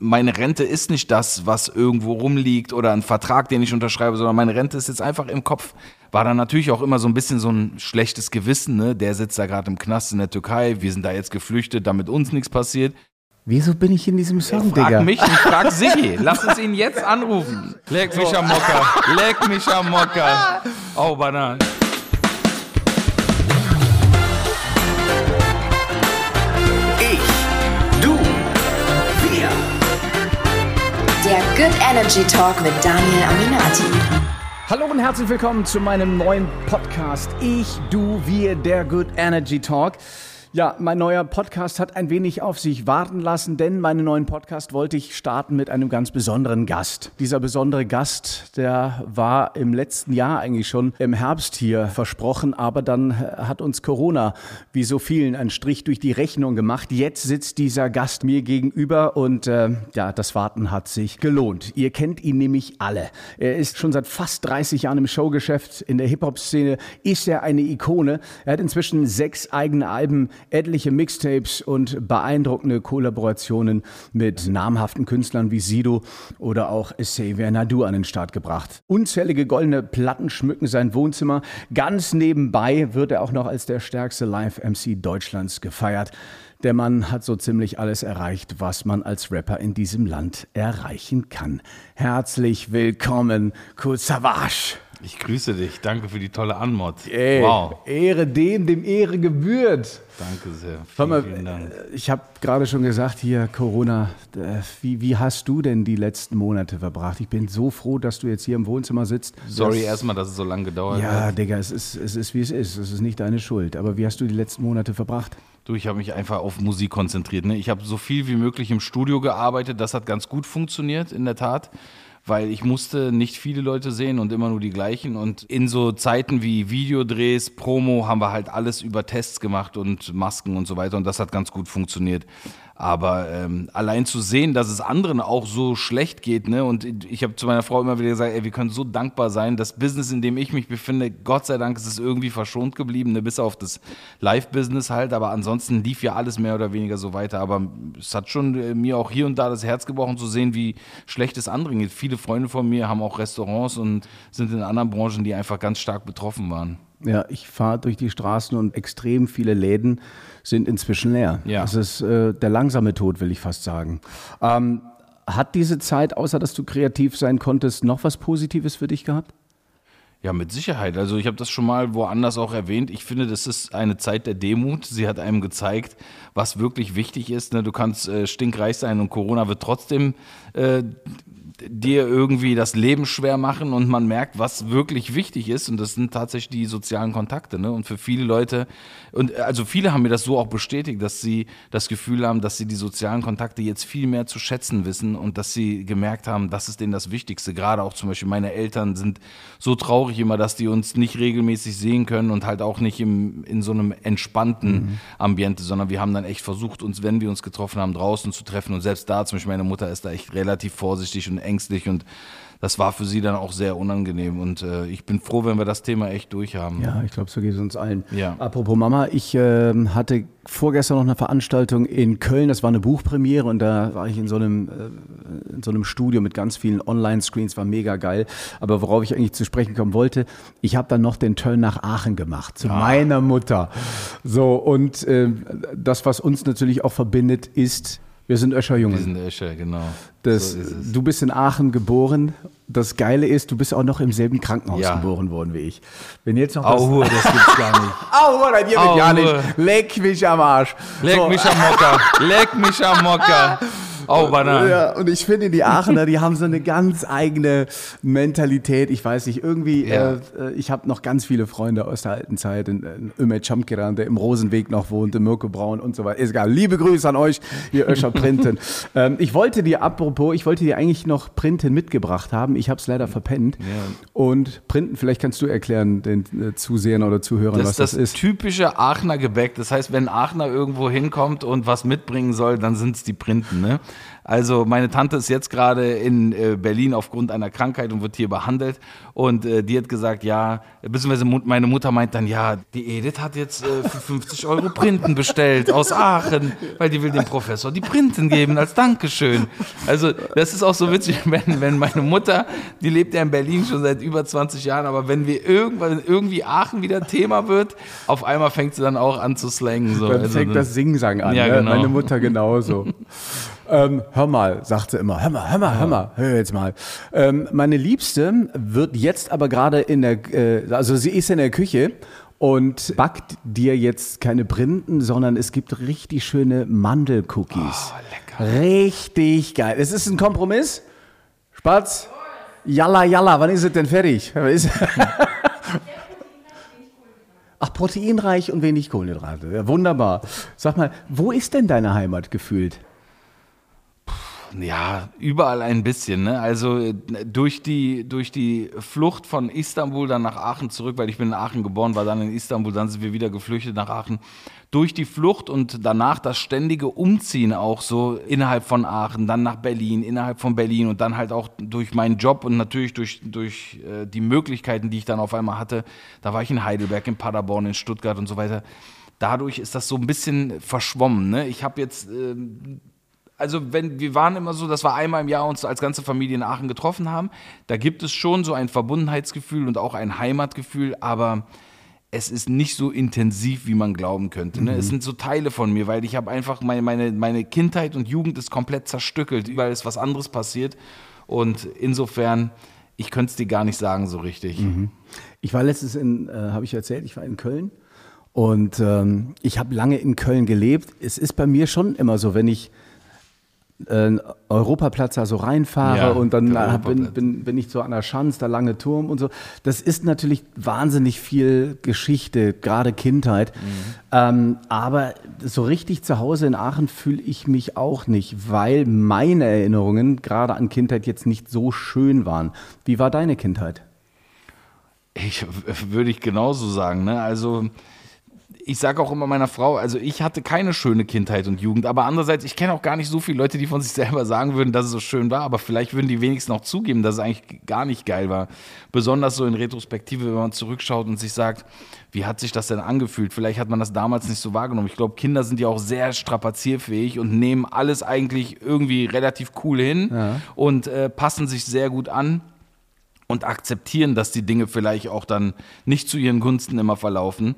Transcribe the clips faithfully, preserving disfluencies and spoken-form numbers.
meine Rente ist nicht das, was irgendwo rumliegt oder ein Vertrag, den ich unterschreibe, sondern meine Rente ist jetzt einfach im Kopf. War dann natürlich auch immer so ein bisschen so ein schlechtes Gewissen, ne? Der sitzt da gerade im Knast in der Türkei, wir sind da jetzt geflüchtet, damit uns nichts passiert. Wieso bin ich in diesem Song, frag Digga? Frag mich, ich frag Siggi. Lass uns ihn jetzt anrufen. Leck mich am Mocker, leck mich am Mocker. Oh, Banane. Der Good Energy Talk mit Daniel Aminati. Hallo und herzlich willkommen zu meinem neuen Podcast. Ich, du, wir, der Good Energy Talk. Ja, mein neuer Podcast hat ein wenig auf sich warten lassen, denn meinen neuen Podcast wollte ich starten mit einem ganz besonderen Gast. Dieser besondere Gast, der war im letzten Jahr eigentlich schon im Herbst hier versprochen, aber dann hat uns Corona, wie so vielen, einen Strich durch die Rechnung gemacht. Jetzt sitzt dieser Gast mir gegenüber und äh, ja, das Warten hat sich gelohnt. Ihr kennt ihn nämlich alle. Er ist schon seit fast dreißig Jahren im Showgeschäft. In der Hip-Hop-Szene ist er eine Ikone. Er hat inzwischen sechs eigene Alben, etliche Mixtapes und beeindruckende Kollaborationen mit namhaften Künstlern wie Sido oder auch Xavier Naidoo an den Start gebracht. Unzählige goldene Platten schmücken sein Wohnzimmer. Ganz nebenbei wird er auch noch als der stärkste Live-M C Deutschlands gefeiert. Der Mann hat so ziemlich alles erreicht, was man als Rapper in diesem Land erreichen kann. Herzlich willkommen, Kool Savas. Ich grüße dich. Danke für die tolle Anmod. Ey, wow. Ehre dem, dem Ehre gebührt. Danke sehr. Vielen, mal, vielen Dank. Ich habe gerade schon gesagt, hier Corona, wie, wie hast du denn die letzten Monate verbracht? Ich bin so froh, dass du jetzt hier im Wohnzimmer sitzt. Sorry erstmal, dass es so lange gedauert ja, hat. Ja, Digga, es ist, es ist, wie es ist. Es ist nicht deine Schuld. Aber wie hast du die letzten Monate verbracht? Du, ich habe mich einfach auf Musik konzentriert. Ne? Ich habe so viel wie möglich im Studio gearbeitet. Das hat ganz gut funktioniert, in der Tat. Weil ich musste nicht viele Leute sehen und immer nur die gleichen. Und in so Zeiten wie Videodrehs, Promo haben wir halt alles über Tests gemacht und Masken und so weiter. Und das hat ganz gut funktioniert. Aber ähm, allein zu sehen, dass es anderen auch so schlecht geht, ne? Und ich habe zu meiner Frau immer wieder gesagt, ey, wir können so dankbar sein. Das Business, in dem ich mich befinde, Gott sei Dank ist es irgendwie verschont geblieben, ne? Bis auf das Live-Business halt. Aber ansonsten lief ja alles mehr oder weniger so weiter. Aber es hat schon äh, mir auch hier und da das Herz gebrochen zu sehen, wie schlecht es anderen geht. Viele Freunde von mir haben auch Restaurants und sind in anderen Branchen, die einfach ganz stark betroffen waren. Ja, ich fahre durch die Straßen und extrem viele Läden sind inzwischen leer. Ja. Das ist äh, der langsame Tod, will ich fast sagen. Ähm, hat diese Zeit, außer dass du kreativ sein konntest, noch was Positives für dich gehabt? Ja, mit Sicherheit. Also ich habe das schon mal woanders auch erwähnt. Ich finde, das ist eine Zeit der Demut. Sie hat einem gezeigt, was wirklich wichtig ist. Du kannst äh, stinkreich sein und Corona wird trotzdem äh, dir irgendwie das Leben schwer machen und man merkt, was wirklich wichtig ist und das sind tatsächlich die sozialen Kontakte, ne? Und für viele Leute, und also viele haben mir das so auch bestätigt, dass sie das Gefühl haben, dass sie die sozialen Kontakte jetzt viel mehr zu schätzen wissen und dass sie gemerkt haben, das ist denen das Wichtigste. Gerade auch zum Beispiel meine Eltern sind so traurig immer, dass die uns nicht regelmäßig sehen können und halt auch nicht im, in so einem entspannten mhm. Ambiente, sondern wir haben dann echt versucht, uns, wenn wir uns getroffen haben, draußen zu treffen und selbst da, zum Beispiel meine Mutter ist da echt relativ vorsichtig und ängstlich und das war für sie dann auch sehr unangenehm und äh, ich bin froh, wenn wir das Thema echt durchhaben. Ja, ich glaube, so geht es uns allen. Ja. Apropos Mama, ich äh, hatte vorgestern noch eine Veranstaltung in Köln, das war eine Buchpremiere und da war ich in so einem, äh, in so einem Studio mit ganz vielen Online-Screens, war mega geil, aber worauf ich eigentlich zu sprechen kommen wollte, ich habe dann noch den Turn nach Aachen gemacht, zu ja. meiner Mutter. So, und äh, das, was uns natürlich auch verbindet, ist, wir sind Öscher-Jungen. Wir sind Öscher, genau. Das, so du bist in Aachen geboren. Das Geile ist, du bist auch noch im selben Krankenhaus ja. geboren worden wie ich. Wenn jetzt noch Auhur, das, das gibt's gar nicht. Auhur, das gibt's gar nicht. Leck mich am Arsch. Leck so. mich am Mocker. Leck mich am Mocker. Oh, Banane. Ja, und ich finde, die Aachener, die haben so eine ganz eigene Mentalität. Ich weiß nicht, irgendwie, ja. äh, ich habe noch ganz viele Freunde aus der alten Zeit, in, in Ömer Chamkiran, der im Rosenweg noch wohnte, Mirko Braun und so weiter. Ist egal. Liebe Grüße an euch, ihr Öscher Printen. ähm, ich wollte dir, apropos, ich wollte dir eigentlich noch Printen mitgebracht haben. Ich habe es leider verpennt. Ja. Und Printen, vielleicht kannst du erklären den äh, Zusehern oder Zuhörern, das was das, das ist. Das typische Aachener Gebäck. Das heißt, wenn ein Aachener irgendwo hinkommt und was mitbringen soll, dann sind es die Printen, ne? Also meine Tante ist jetzt gerade in äh, Berlin aufgrund einer Krankheit und wird hier behandelt und äh, die hat gesagt, ja, beziehungsweise meine Mutter meint dann, ja, die Edith hat jetzt äh, für fünfzig Euro Printen bestellt aus Aachen, weil die will dem Professor die Printen geben als Dankeschön. Also das ist auch so witzig, wenn, wenn meine Mutter, die lebt ja in Berlin schon seit über zwanzig Jahren, aber wenn wir irgendwann irgendwie Aachen wieder Thema wird, auf einmal fängt sie dann auch an zu slangen. So. Dann also, fängt das Singsang an, ja, ne? genau. Meine Mutter genauso. ähm, hör mal, sagt sie immer, hör mal, hör mal, hör mal, hör jetzt mal. Ähm, meine Liebste wird jetzt aber gerade in der, äh, also sie ist in der Küche und backt dir jetzt keine Printen, sondern es gibt richtig schöne Mandelcookies. Oh, lecker. Richtig geil. Es ist ein Kompromiss. Spatz, jalla, jalla, wann ist es denn fertig? Ach, proteinreich und wenig Kohlenhydrate. Ja, wunderbar. Sag mal, wo ist denn deine Heimat gefühlt? Ja, überall ein bisschen. Ne? Also durch die, durch die Flucht von Istanbul dann nach Aachen zurück, weil ich bin in Aachen geboren, war dann in Istanbul, dann sind wir wieder geflüchtet nach Aachen. Durch die Flucht und danach das ständige Umziehen auch so innerhalb von Aachen, dann nach Berlin, innerhalb von Berlin und dann halt auch durch meinen Job und natürlich durch, durch äh, die Möglichkeiten, die ich dann auf einmal hatte. Da war ich in Heidelberg, in Paderborn, in Stuttgart und so weiter. Dadurch ist das so ein bisschen verschwommen. Ne? Ich habe jetzt... Äh, Also wenn wir waren immer so, dass wir einmal im Jahr uns als ganze Familie in Aachen getroffen haben, da gibt es schon so ein Verbundenheitsgefühl und auch ein Heimatgefühl, aber es ist nicht so intensiv, wie man glauben könnte. Ne? Mhm. Es sind so Teile von mir, weil ich habe einfach meine, meine, meine Kindheit und Jugend ist komplett zerstückelt, überall ist was anderes passiert und insofern, ich könnte es dir gar nicht sagen so richtig. Mhm. Ich war letztens in, äh, habe ich erzählt, ich war in Köln und ähm, ich habe lange in Köln gelebt. Es ist bei mir schon immer so, wenn ich äh, Europaplatz da so reinfahre Ja, und dann der äh, bin, bin, bin ich so an der Schanz, der lange Turm und so. Das ist natürlich wahnsinnig viel Geschichte, gerade Kindheit. Mhm. Ähm, aber so richtig zu Hause in Aachen fühle ich mich auch nicht, weil meine Erinnerungen gerade an Kindheit jetzt nicht so schön waren. Wie war deine Kindheit? Ich würde ich genauso sagen, ne? Also ich sage auch immer meiner Frau, also ich hatte keine schöne Kindheit und Jugend, aber andererseits, ich kenne auch gar nicht so viele Leute, die von sich selber sagen würden, dass es so schön war, aber vielleicht würden die wenigstens noch zugeben, dass es eigentlich gar nicht geil war. Besonders so in Retrospektive, wenn man zurückschaut und sich sagt, wie hat sich das denn angefühlt? Vielleicht hat man das damals nicht so wahrgenommen. Ich glaube, Kinder sind ja auch sehr strapazierfähig und nehmen alles eigentlich irgendwie relativ cool hin ja. und äh, passen sich sehr gut an. Und akzeptieren, dass die Dinge vielleicht auch dann nicht zu ihren Gunsten immer verlaufen.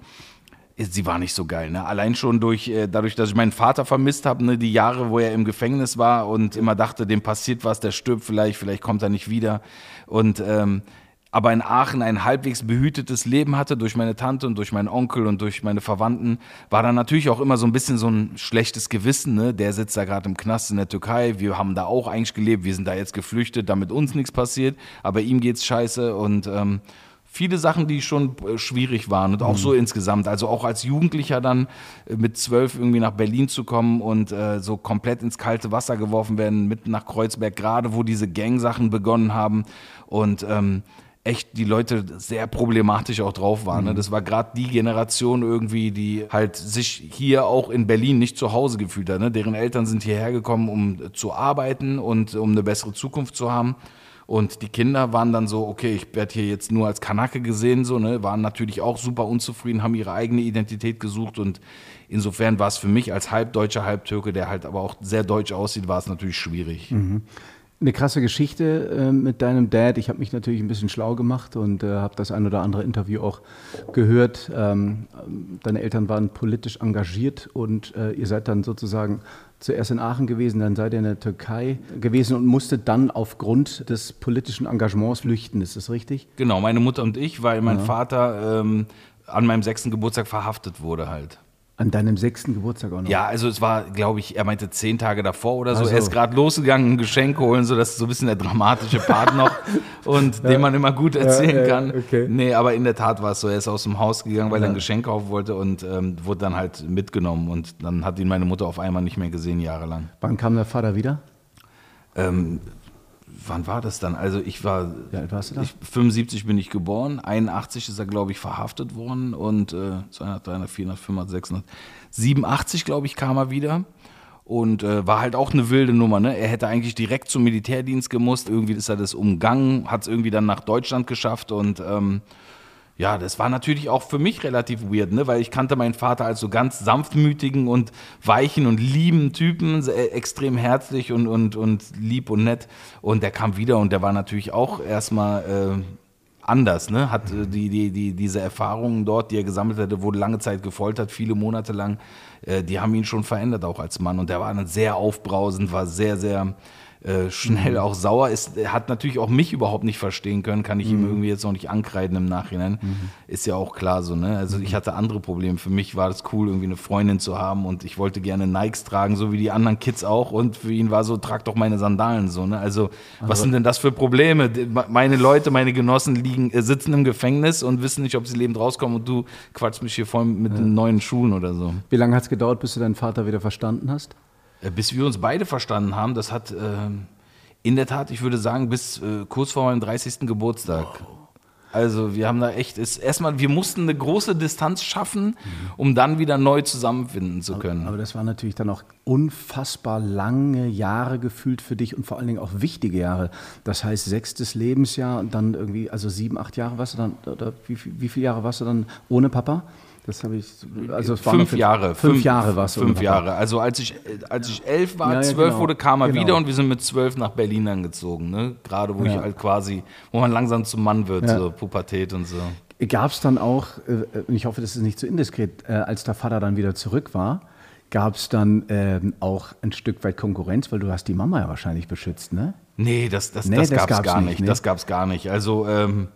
Sie war nicht so geil, ne? Allein schon durch, äh, dadurch, dass ich meinen Vater vermisst habe, ne? Die Jahre, wo er im Gefängnis war und immer dachte, dem passiert was, der stirbt vielleicht, vielleicht kommt er nicht wieder. Und ähm, aber in Aachen ein halbwegs behütetes Leben hatte durch meine Tante und durch meinen Onkel und durch meine Verwandten, war dann natürlich auch immer so ein bisschen so ein schlechtes Gewissen, ne? Der sitzt da gerade im Knast in der Türkei, wir haben da auch eigentlich gelebt, wir sind da jetzt geflüchtet, damit uns nichts passiert, aber ihm geht's scheiße und ähm, viele Sachen, die schon äh, schwierig waren und auch mhm. so insgesamt, also auch als Jugendlicher dann äh, mit zwölf irgendwie nach Berlin zu kommen und äh, so komplett ins kalte Wasser geworfen werden, mitten nach Kreuzberg, gerade wo diese Gang-Sachen begonnen haben und ähm, echt die Leute sehr problematisch auch drauf waren. Ne? Das war gerade die Generation irgendwie, die halt sich hier auch in Berlin nicht zu Hause gefühlt hat. Ne? Deren Eltern sind hierher gekommen, um zu arbeiten und um eine bessere Zukunft zu haben. Und die Kinder waren dann so, okay, ich werde hier jetzt nur als Kanake gesehen, so, ne? Waren natürlich auch super unzufrieden, haben ihre eigene Identität gesucht und insofern war es für mich als Halbdeutscher, Halbtürke, der halt aber auch sehr deutsch aussieht, war es natürlich schwierig. Mhm. Eine krasse Geschichte äh, mit deinem Dad. Ich habe mich natürlich ein bisschen schlau gemacht und äh, habe das ein oder andere Interview auch gehört. Ähm, deine Eltern waren politisch engagiert und äh, ihr seid dann sozusagen zuerst in Aachen gewesen, dann seid ihr in der Türkei gewesen und musstet dann aufgrund des politischen Engagements flüchten. Ist das richtig? Genau, meine Mutter und ich, weil mein ja. Vater ähm, an meinem sechsten Geburtstag verhaftet wurde halt. An deinem sechsten Geburtstag auch noch? Ja, also es war, glaube ich, er meinte zehn Tage davor oder so. Also. Er ist gerade losgegangen, ein Geschenk holen, so das ist so ein bisschen der dramatische Part noch und ja. den man immer gut erzählen ja, ja, kann. Okay. Nee, aber in der Tat war es so, er ist aus dem Haus gegangen, weil ja. er ein Geschenk kaufen wollte und ähm, wurde dann halt mitgenommen und dann hat ihn meine Mutter auf einmal nicht mehr gesehen, jahrelang. Wann kam der Vater wieder? Ähm, Wann war das dann? Also ich war, Wie alt warst du da? Ich, fünfundsiebzig bin ich geboren, einundachtzig ist er, glaube ich, verhaftet worden und äh, zweihundert, dreihundert, vierhundert, fünfhundert, sechshundert, siebenundachtzig, glaube ich, kam er wieder Und äh, war halt auch eine wilde Nummer, ne? Er hätte eigentlich direkt zum Militärdienst gemusst. Irgendwie ist er das umgangen, hat es irgendwie dann nach Deutschland geschafft. Und ähm, ja, das war natürlich auch für mich relativ weird, ne? Weil ich kannte meinen Vater als so ganz sanftmütigen und weichen und lieben Typen, äh, extrem herzlich und, und, und lieb und nett. Und der kam wieder und der war natürlich auch erstmal äh, anders, ne? Hat äh, die, die, die, diese Erfahrungen dort, die er gesammelt hatte, wurde lange Zeit gefoltert, viele Monate lang. Die haben ihn schon verändert, auch als Mann. Und der war dann sehr aufbrausend, war sehr, sehr äh, schnell auch sauer. Ist, er hat natürlich auch mich überhaupt nicht verstehen können, kann ich mhm. ihm irgendwie jetzt noch nicht ankreiden im Nachhinein. Mhm. Ist ja auch klar so, ne? Also ich hatte andere Probleme. Für mich war das cool, irgendwie eine Freundin zu haben und ich wollte gerne Nikes tragen, so wie die anderen Kids auch. Und für ihn war so, trag doch meine Sandalen so, ne? Also, also was sind denn das für Probleme? Meine Leute, meine Genossen liegen, äh, sitzen im Gefängnis und wissen nicht, ob sie lebend rauskommen und du quatschst mich hier voll mit ja. den neuen Schuhen oder so. Wie lange hat es gedauert, bis du deinen Vater wieder verstanden hast? Bis wir uns beide verstanden haben, das hat äh, in der Tat, ich würde sagen, bis äh, kurz vor meinem dreißigsten Geburtstag. Wow. Also wir haben da echt, ist erstmal, wir mussten eine große Distanz schaffen, mhm. um dann wieder neu zusammenfinden zu können. Aber, aber das war natürlich dann auch unfassbar lange Jahre gefühlt für dich und vor allen Dingen auch wichtige Jahre. Das heißt sechstes Lebensjahr und dann irgendwie, also sieben, acht Jahre warst du dann, oder wie, wie viele Jahre warst du dann ohne Papa? Das habe ich, also es fünf waren Jahre. Fünf, fünf Jahre warst du. Fünf Jahre. Also als ich, als ich elf war, ja, ja, zwölf genau. wurde, kam er genau. wieder und wir sind mit zwölf nach Berlin dann gezogen. Ne? Gerade wo ja. ich halt quasi, wo man langsam zum Mann wird, ja. so Pubertät und so. Gab es dann auch, ich hoffe, das ist nicht zu indiskret, als der Vater dann wieder zurück war, gab es dann ähm, auch ein Stück weit Konkurrenz, weil du hast die Mama ja wahrscheinlich beschützt, ne? Nee, das, das, nee, das, das gab es gar nicht. nicht. Nee. Das gab es gar nicht. Also, ähm,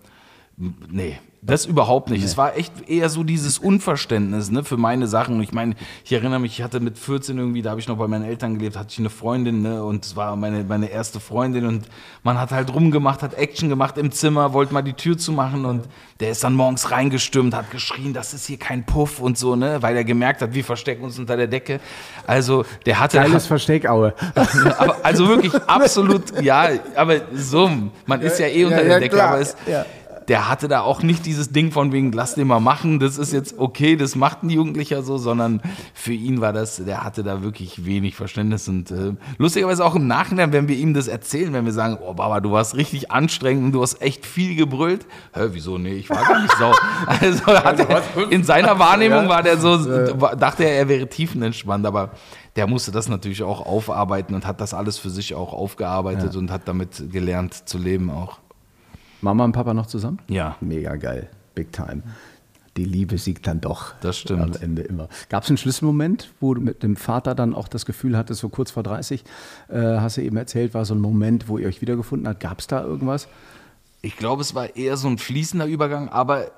nee. Das überhaupt nicht. Nee. Es war echt eher so dieses Unverständnis, ne, für meine Sachen. Ich meine, ich erinnere mich, ich hatte mit vierzehn irgendwie, da habe ich noch bei meinen Eltern gelebt, hatte ich eine Freundin, ne, und es war meine, meine erste Freundin und man hat halt rumgemacht, hat Action gemacht im Zimmer, wollte mal die Tür zumachen und der ist dann morgens reingestürmt, hat geschrien, das ist hier kein Puff und so, ne, weil er gemerkt hat, wir verstecken uns unter der Decke. Also, der hatte... Geiles Versteckaue. aber, also wirklich absolut, ja, aber so, man ist ja eh unter ja, der ja, Decke, klar. aber es... Ja. Der hatte da auch nicht dieses Ding von wegen, lass den mal machen, das ist jetzt okay, das macht ein Jugendlicher so, sondern für ihn war das, der hatte da wirklich wenig Verständnis und äh, lustigerweise auch im Nachhinein, wenn wir ihm das erzählen, wenn wir sagen, oh Baba, du warst richtig anstrengend und du hast echt viel gebrüllt. Hä, wieso? Nee, ich war gar nicht so. Also hat er, in seiner Wahrnehmung war der so, dachte er, er wäre tiefenentspannt, aber der musste das natürlich auch aufarbeiten und hat das alles für sich auch aufgearbeitet ja. und hat damit gelernt zu leben auch. Mama und Papa noch zusammen? Ja. Mega geil, big time. Die Liebe siegt dann doch. Das stimmt. Am Ende immer. Gab es einen Schlüsselmoment, wo du mit dem Vater dann auch das Gefühl hattest, so kurz vor dreißig, äh, hast du eben erzählt, war so ein Moment, wo ihr euch wiedergefunden habt. Gab es da irgendwas? Ich glaube, es war eher so ein fließender Übergang, aber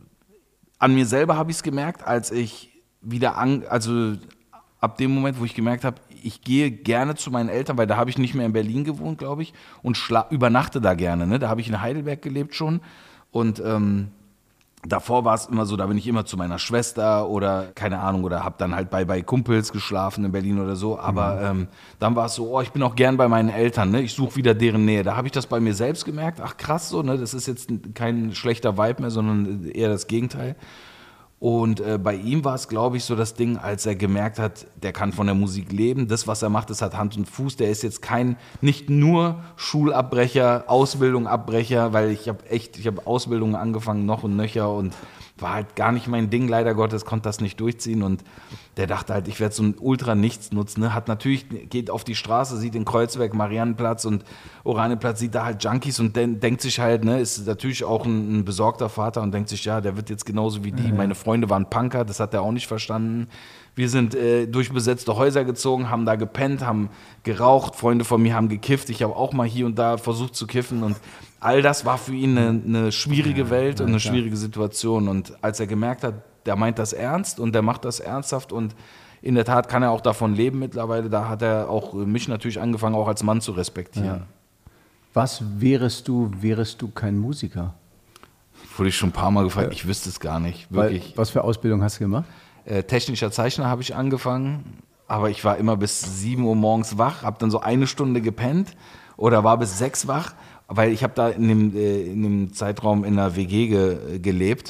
an mir selber habe ich es gemerkt, als ich wieder, an, also ab dem Moment, wo ich gemerkt habe, ich gehe gerne zu meinen Eltern, weil da habe ich nicht mehr in Berlin gewohnt, glaube ich, und schla- übernachte da gerne. Ne? Da habe ich in Heidelberg gelebt schon und ähm, davor war es immer so, da bin ich immer zu meiner Schwester oder keine Ahnung oder habe dann halt bei, bei Kumpels geschlafen in Berlin oder so, aber mhm. ähm, dann war es so, oh, ich bin auch gern bei meinen Eltern, ne? Ich suche wieder deren Nähe. Da habe ich das bei mir selbst gemerkt, ach krass so, ne? Das ist jetzt kein schlechter Vibe mehr, sondern eher das Gegenteil. Und äh, bei ihm war es, glaube ich, so das Ding, als er gemerkt hat, der kann von der Musik leben. Das, was er macht, das hat Hand und Fuß. Der ist jetzt kein, nicht nur Schulabbrecher, Ausbildungabbrecher, weil ich habe echt, ich habe Ausbildungen angefangen, noch und nöcher und war halt gar nicht mein Ding, leider Gottes, konnte das nicht durchziehen und der dachte halt, ich werde so ein Ultra-Nichts-Nutz, ne? Hat natürlich, geht auf die Straße, sieht den Kreuzberg, Mariannenplatz und Oranienplatz, sieht da halt Junkies und den, denkt sich halt, ne, ist natürlich auch ein, ein besorgter Vater und denkt sich, ja, der wird jetzt genauso wie die, mhm. meine Freunde waren Punker, das hat er auch nicht verstanden. Wir sind äh, durch besetzte Häuser gezogen, haben da gepennt, haben geraucht, Freunde von mir haben gekifft, ich habe auch mal hier und da versucht zu kiffen und all das war für ihn eine, eine schwierige Welt ja, und eine klar. schwierige Situation. Und als er gemerkt hat, der meint das ernst und der macht das ernsthaft und in der Tat kann er auch davon leben mittlerweile, da hat er auch mich natürlich angefangen, auch als Mann zu respektieren. Ja. Was wärest du, wärest du kein Musiker? Wurde ich schon ein paar Mal gefragt, ja. Ich wüsste es gar nicht, wirklich. Weil, was für Ausbildung hast du gemacht? Äh, technischer Zeichner habe ich angefangen, aber ich war immer bis sieben Uhr morgens wach, habe dann so eine Stunde gepennt oder war bis sechs wach. Weil ich habe da in dem, äh, in dem Zeitraum in einer W G ge, gelebt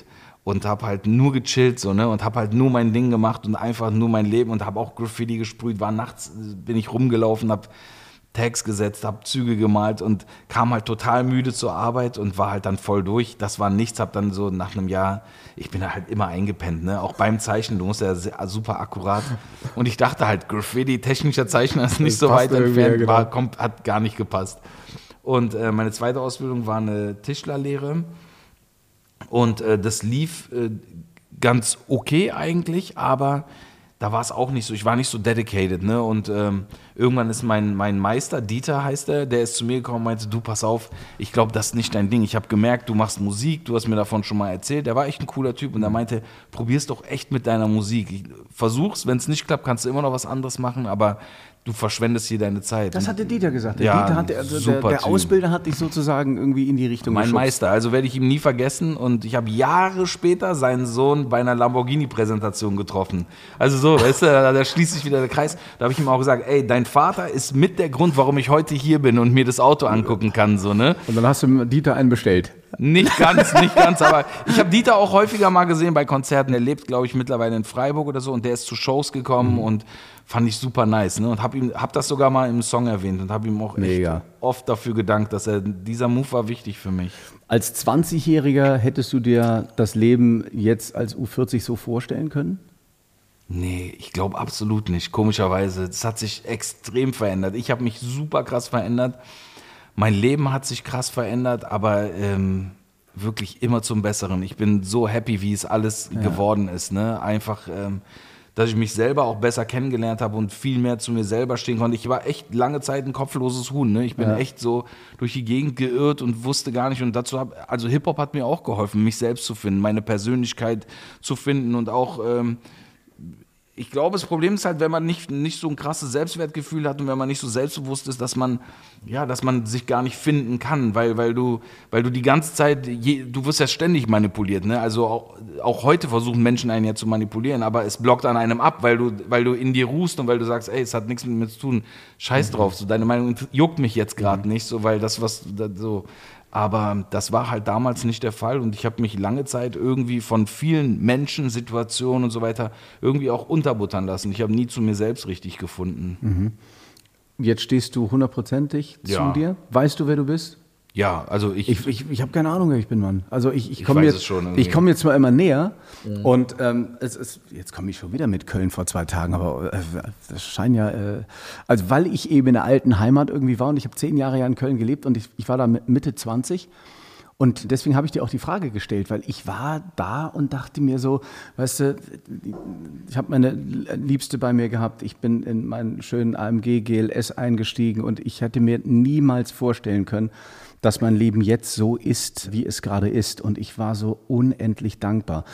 und habe halt nur gechillt so, ne, und habe halt nur mein Ding gemacht und einfach nur mein Leben und habe auch Graffiti gesprüht, war nachts, bin ich rumgelaufen, habe Tags gesetzt, habe Züge gemalt und kam halt total müde zur Arbeit und war halt dann voll durch. Das war nichts, habe dann so nach einem Jahr, ich bin da halt immer eingepennt, ne? Auch beim Zeichnen, du musst ja sehr, super akkurat. Und ich dachte halt, Graffiti, technischer Zeichner ist nicht Das so passt weit irgendwie, entfernt, ja, genau. war, kommt, hat gar nicht gepasst. Und äh, meine zweite Ausbildung war eine Tischlerlehre und äh, das lief äh, ganz okay eigentlich, aber da war es auch nicht so, ich war nicht so dedicated, ne? Und ähm, irgendwann ist mein, mein Meister, Dieter heißt er, der ist zu mir gekommen und meinte, du, pass auf, ich glaube, das ist nicht dein Ding. Ich habe gemerkt, du machst Musik, du hast mir davon schon mal erzählt. Der war echt ein cooler Typ und er meinte, probier's doch echt mit deiner Musik. Ich, versuch's, wenn es nicht klappt, kannst du immer noch was anderes machen, aber du verschwendest hier deine Zeit. Das hat der Dieter gesagt. Der, Ja, Dieter hat, also der, super der Typ. Ausbilder hat dich sozusagen irgendwie in die Richtung Mein geschubst. Meister, also werde ich ihm nie vergessen und ich habe Jahre später seinen Sohn bei einer Lamborghini-Präsentation getroffen. Also so, weißt du, da, da schließt sich wieder der Kreis. Da habe ich ihm auch gesagt, ey, dein Vater ist mit der Grund, warum ich heute hier bin und mir das Auto angucken kann, so, ne? Und dann hast du Dieter einen bestellt. Nicht ganz, nicht ganz, aber ich habe Dieter auch häufiger mal gesehen bei Konzerten. Er lebt, glaube ich, mittlerweile in Freiburg oder so und der ist zu Shows gekommen mhm. und fand ich super nice, ne? Und habe ihm, hab das sogar mal im Song erwähnt und habe ihm auch Mega. echt oft dafür gedankt, dass er, dieser Move war wichtig für mich. Als zwanzigjähriger hättest du dir das Leben jetzt als U vierzig so vorstellen können? Nee, ich glaube absolut nicht, komischerweise. Es hat sich extrem verändert. Ich habe mich super krass verändert. Mein Leben hat sich krass verändert, aber ähm, wirklich immer zum Besseren. Ich bin so happy, wie es alles ja. geworden ist, ne? Einfach, ähm, dass ich mich selber auch besser kennengelernt habe und viel mehr zu mir selber stehen konnte. Ich war echt lange Zeit ein kopfloses Huhn, ne? Ich bin ja. echt so durch die Gegend geirrt und wusste gar nicht. Und dazu hab, also Hip-Hop hat mir auch geholfen, mich selbst zu finden, meine Persönlichkeit zu finden und auch ähm, ich glaube, das Problem ist halt, wenn man nicht, nicht so ein krasses Selbstwertgefühl hat und wenn man nicht so selbstbewusst ist, dass man, ja, dass man sich gar nicht finden kann, weil, weil, du, weil du die ganze Zeit, je, du wirst ja ständig manipuliert, ne? Also auch, auch heute versuchen Menschen einen ja zu manipulieren, aber es blockt an einem ab, weil du, weil du in dir ruhst und weil du sagst, ey, es hat nichts mit mir zu tun, scheiß drauf, so deine Meinung juckt mich jetzt gerade nicht, so, weil das, was, das, so... Aber das war halt damals nicht der Fall und ich habe mich lange Zeit irgendwie von vielen Menschen, Situationen und so weiter irgendwie auch unterbuttern lassen. Ich habe nie zu mir selbst richtig gefunden. Mhm. Jetzt stehst du hundertprozentig ja. zu dir. Weißt du, wer du bist? Ja, also ich... Ich, ich, ich habe keine Ahnung, wer ich bin, Mann. Also ich, ich Ich komme weiß jetzt, es schon irgendwie. ich komme jetzt mal immer näher mhm. und ähm, es ist, jetzt komme ich schon wieder mit Köln vor zwei Tagen, aber äh, das scheint ja, äh, also weil ich eben in der alten Heimat irgendwie war und ich habe zehn Jahre ja in Köln gelebt und ich, ich war da Mitte zwanzig. Und deswegen habe ich dir auch die Frage gestellt, weil ich war da und dachte mir so, weißt du, ich habe meine Liebste bei mir gehabt, ich bin in meinen schönen A M G G L S eingestiegen und ich hätte mir niemals vorstellen können, dass mein Leben jetzt so ist, wie es gerade ist. Und ich war so unendlich dankbar.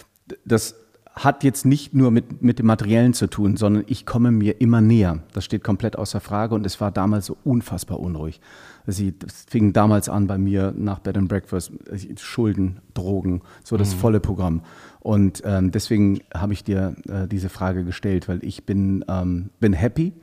Das hat jetzt nicht nur mit, mit dem Materiellen zu tun, sondern ich komme mir immer näher. Das steht komplett außer Frage und es war damals so unfassbar unruhig. Das fing damals an bei mir nach Bed and Breakfast, Schulden, Drogen, so das mhm. volle Programm. Und ähm, deswegen habe ich dir äh, diese Frage gestellt, weil ich bin, ähm, bin happy,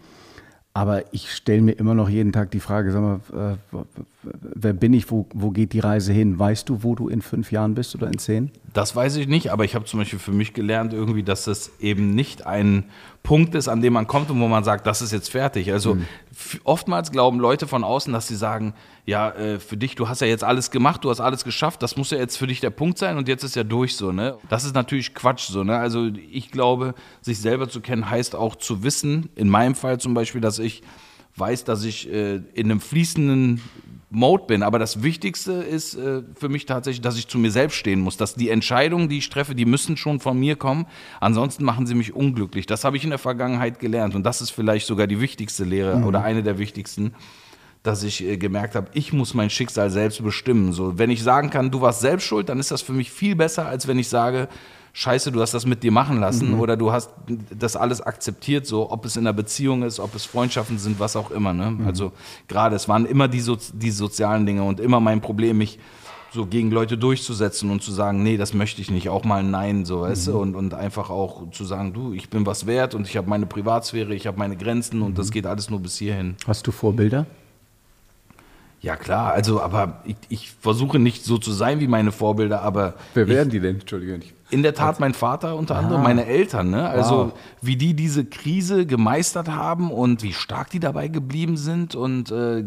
aber ich stelle mir immer noch jeden Tag die Frage, sag mal, äh, wer bin ich, wo, wo geht die Reise hin? Weißt du, wo du in fünf Jahren bist oder in zehn? Das weiß ich nicht, aber ich habe zum Beispiel für mich gelernt irgendwie, dass das eben nicht ein Punkt ist, an dem man kommt und wo man sagt, das ist jetzt fertig. Also mhm. oftmals glauben Leute von außen, dass sie sagen, ja, äh, für dich, du hast ja jetzt alles gemacht, du hast alles geschafft, das muss ja jetzt für dich der Punkt sein und jetzt ist ja durch so, ne? Das ist natürlich Quatsch so, ne? Also ich glaube, sich selber zu kennen heißt auch zu wissen, in meinem Fall zum Beispiel, dass ich weiß, dass ich äh, in einem fließenden Mode bin, aber das Wichtigste ist äh, für mich tatsächlich, dass ich zu mir selbst stehen muss, dass die Entscheidungen, die ich treffe, die müssen schon von mir kommen, ansonsten machen sie mich unglücklich. Das habe ich in der Vergangenheit gelernt und das ist vielleicht sogar die wichtigste Lehre mhm. oder eine der wichtigsten, dass ich äh, gemerkt habe, ich muss mein Schicksal selbst bestimmen. So, wenn ich sagen kann, du warst selbst schuld, dann ist das für mich viel besser, als wenn ich sage, Scheiße, du hast das mit dir machen lassen mhm. oder du hast das alles akzeptiert, so ob es in einer Beziehung ist, ob es Freundschaften sind, was auch immer. Ne? Mhm. Also gerade, es waren immer die, so, die sozialen Dinge und immer mein Problem, mich so gegen Leute durchzusetzen und zu sagen, nee, das möchte ich nicht, auch mal ein Nein, so, weißt du, und, und einfach auch zu sagen, du, ich bin was wert und ich habe meine Privatsphäre, ich habe meine Grenzen und mhm. das geht alles nur bis hierhin. Hast du Vorbilder? Ja klar, also aber ich, ich versuche nicht so zu sein wie meine Vorbilder, aber Wer ich, wären die denn? Entschuldigung. in der Tat mein Vater unter anderem, meine Eltern, ne? Also Wow. wie die diese Krise gemeistert haben und wie stark die dabei geblieben sind und äh,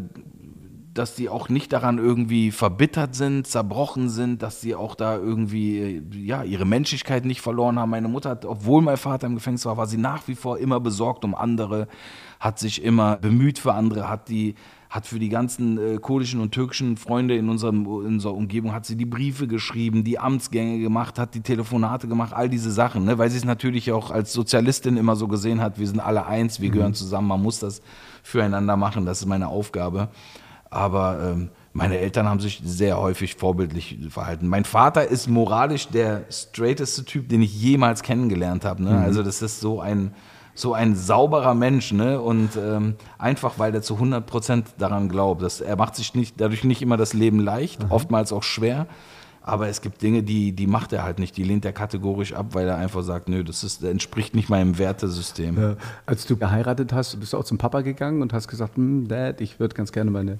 dass die auch nicht daran irgendwie verbittert sind, zerbrochen sind, dass sie auch da irgendwie äh, ja, ihre Menschlichkeit nicht verloren haben. Meine Mutter hat, obwohl mein Vater im Gefängnis war, war sie nach wie vor immer besorgt um andere, hat sich immer bemüht für andere, hat die hat für die ganzen äh, kurdischen und türkischen Freunde in, unserem, in unserer Umgebung, hat sie die Briefe geschrieben, die Amtsgänge gemacht, hat die Telefonate gemacht, all diese Sachen, ne? Weil sie es natürlich auch als Sozialistin immer so gesehen hat, wir sind alle eins, wir gehören zusammen, man muss das füreinander machen, das ist meine Aufgabe. Aber ähm, meine Eltern haben sich sehr häufig vorbildlich verhalten. Mein Vater ist moralisch der straighteste Typ, den ich jemals kennengelernt habe. Ne? Mhm. Also das ist so ein, so ein sauberer Mensch. Ne? Und ähm, einfach, weil er zu hundert Prozent daran glaubt. Dass er macht sich nicht, dadurch nicht immer das Leben leicht, mhm. oftmals auch schwer. Aber es gibt Dinge, die, die macht er halt nicht. Die lehnt er kategorisch ab, weil er einfach sagt, nö, das, ist, das entspricht nicht meinem Wertesystem. Ja, als du geheiratet hast, bist du auch zum Papa gegangen und hast gesagt, hm, Dad, ich würde ganz gerne meine,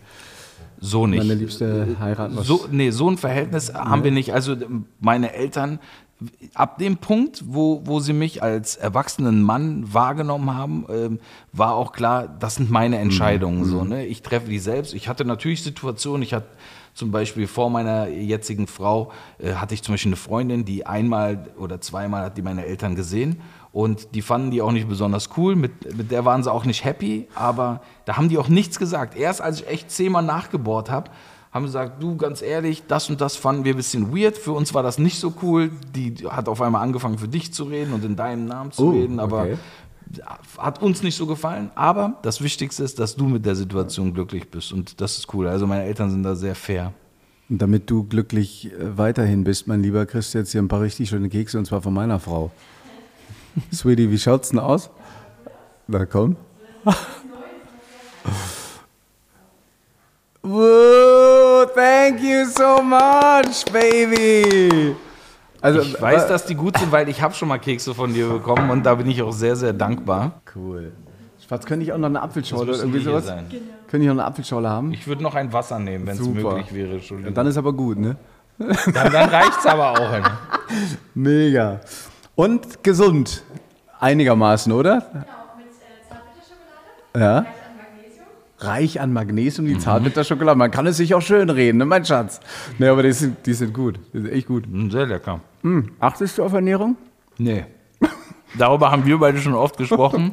so nicht. meine Liebste heiraten. Was? So, nee, so ein Verhältnis ja. haben wir nicht. Also meine Eltern, ab dem Punkt, wo, wo sie mich als erwachsenen Mann wahrgenommen haben, ähm, war auch klar, das sind meine Entscheidungen. Mhm. So, ne? Ich treffe die selbst. Ich hatte natürlich Situationen, ich hatte zum Beispiel vor meiner jetzigen Frau äh, hatte ich zum Beispiel eine Freundin, die einmal oder zweimal hat die meine Eltern gesehen und die fanden die auch nicht besonders cool, mit, mit der waren sie auch nicht happy, aber da haben die auch nichts gesagt. Erst als ich echt zehnmal nachgebohrt habe, haben sie gesagt, du, ganz ehrlich, das und das fanden wir ein bisschen weird, für uns war das nicht so cool, die hat auf einmal angefangen für dich zu reden und in deinem Namen zu oh, reden, aber okay. Hat uns nicht so gefallen, aber das Wichtigste ist, dass du mit der Situation glücklich bist und das ist cool. Also meine Eltern sind da sehr fair. Und damit du glücklich weiterhin bist, mein Lieber, kriegst du jetzt hier ein paar richtig schöne Kekse und zwar von meiner Frau. Sweetie, wie schaut's denn aus? Na komm. Woo, thank you so much, baby. Also, ich weiß, dass die gut sind, weil ich habe schon mal Kekse von dir bekommen und da bin ich auch sehr, sehr dankbar. Cool. Schatz, könnte ich auch noch eine Apfelschorle oder irgendwie sowas? Sein. Genau. Könnte ich noch eine Apfelschorle haben? Ich würde noch ein Wasser nehmen, wenn es möglich wäre. Entschuldigung. Ja, dann ist aber gut, ne? Dann, dann reicht es aber auch. Ne? Mega. Und gesund. Einigermaßen, oder? Genau, mit äh, Zartbitterschokolade. Ja. Reich an Magnesium, die Zartbitterschokolade. Man kann es sich auch schön reden, ne, mein Schatz? Ne, aber die sind, die sind gut. Die sind echt gut. Sehr lecker. Hm. Achtest du auf Ernährung? Nee. Darüber haben wir beide schon oft gesprochen.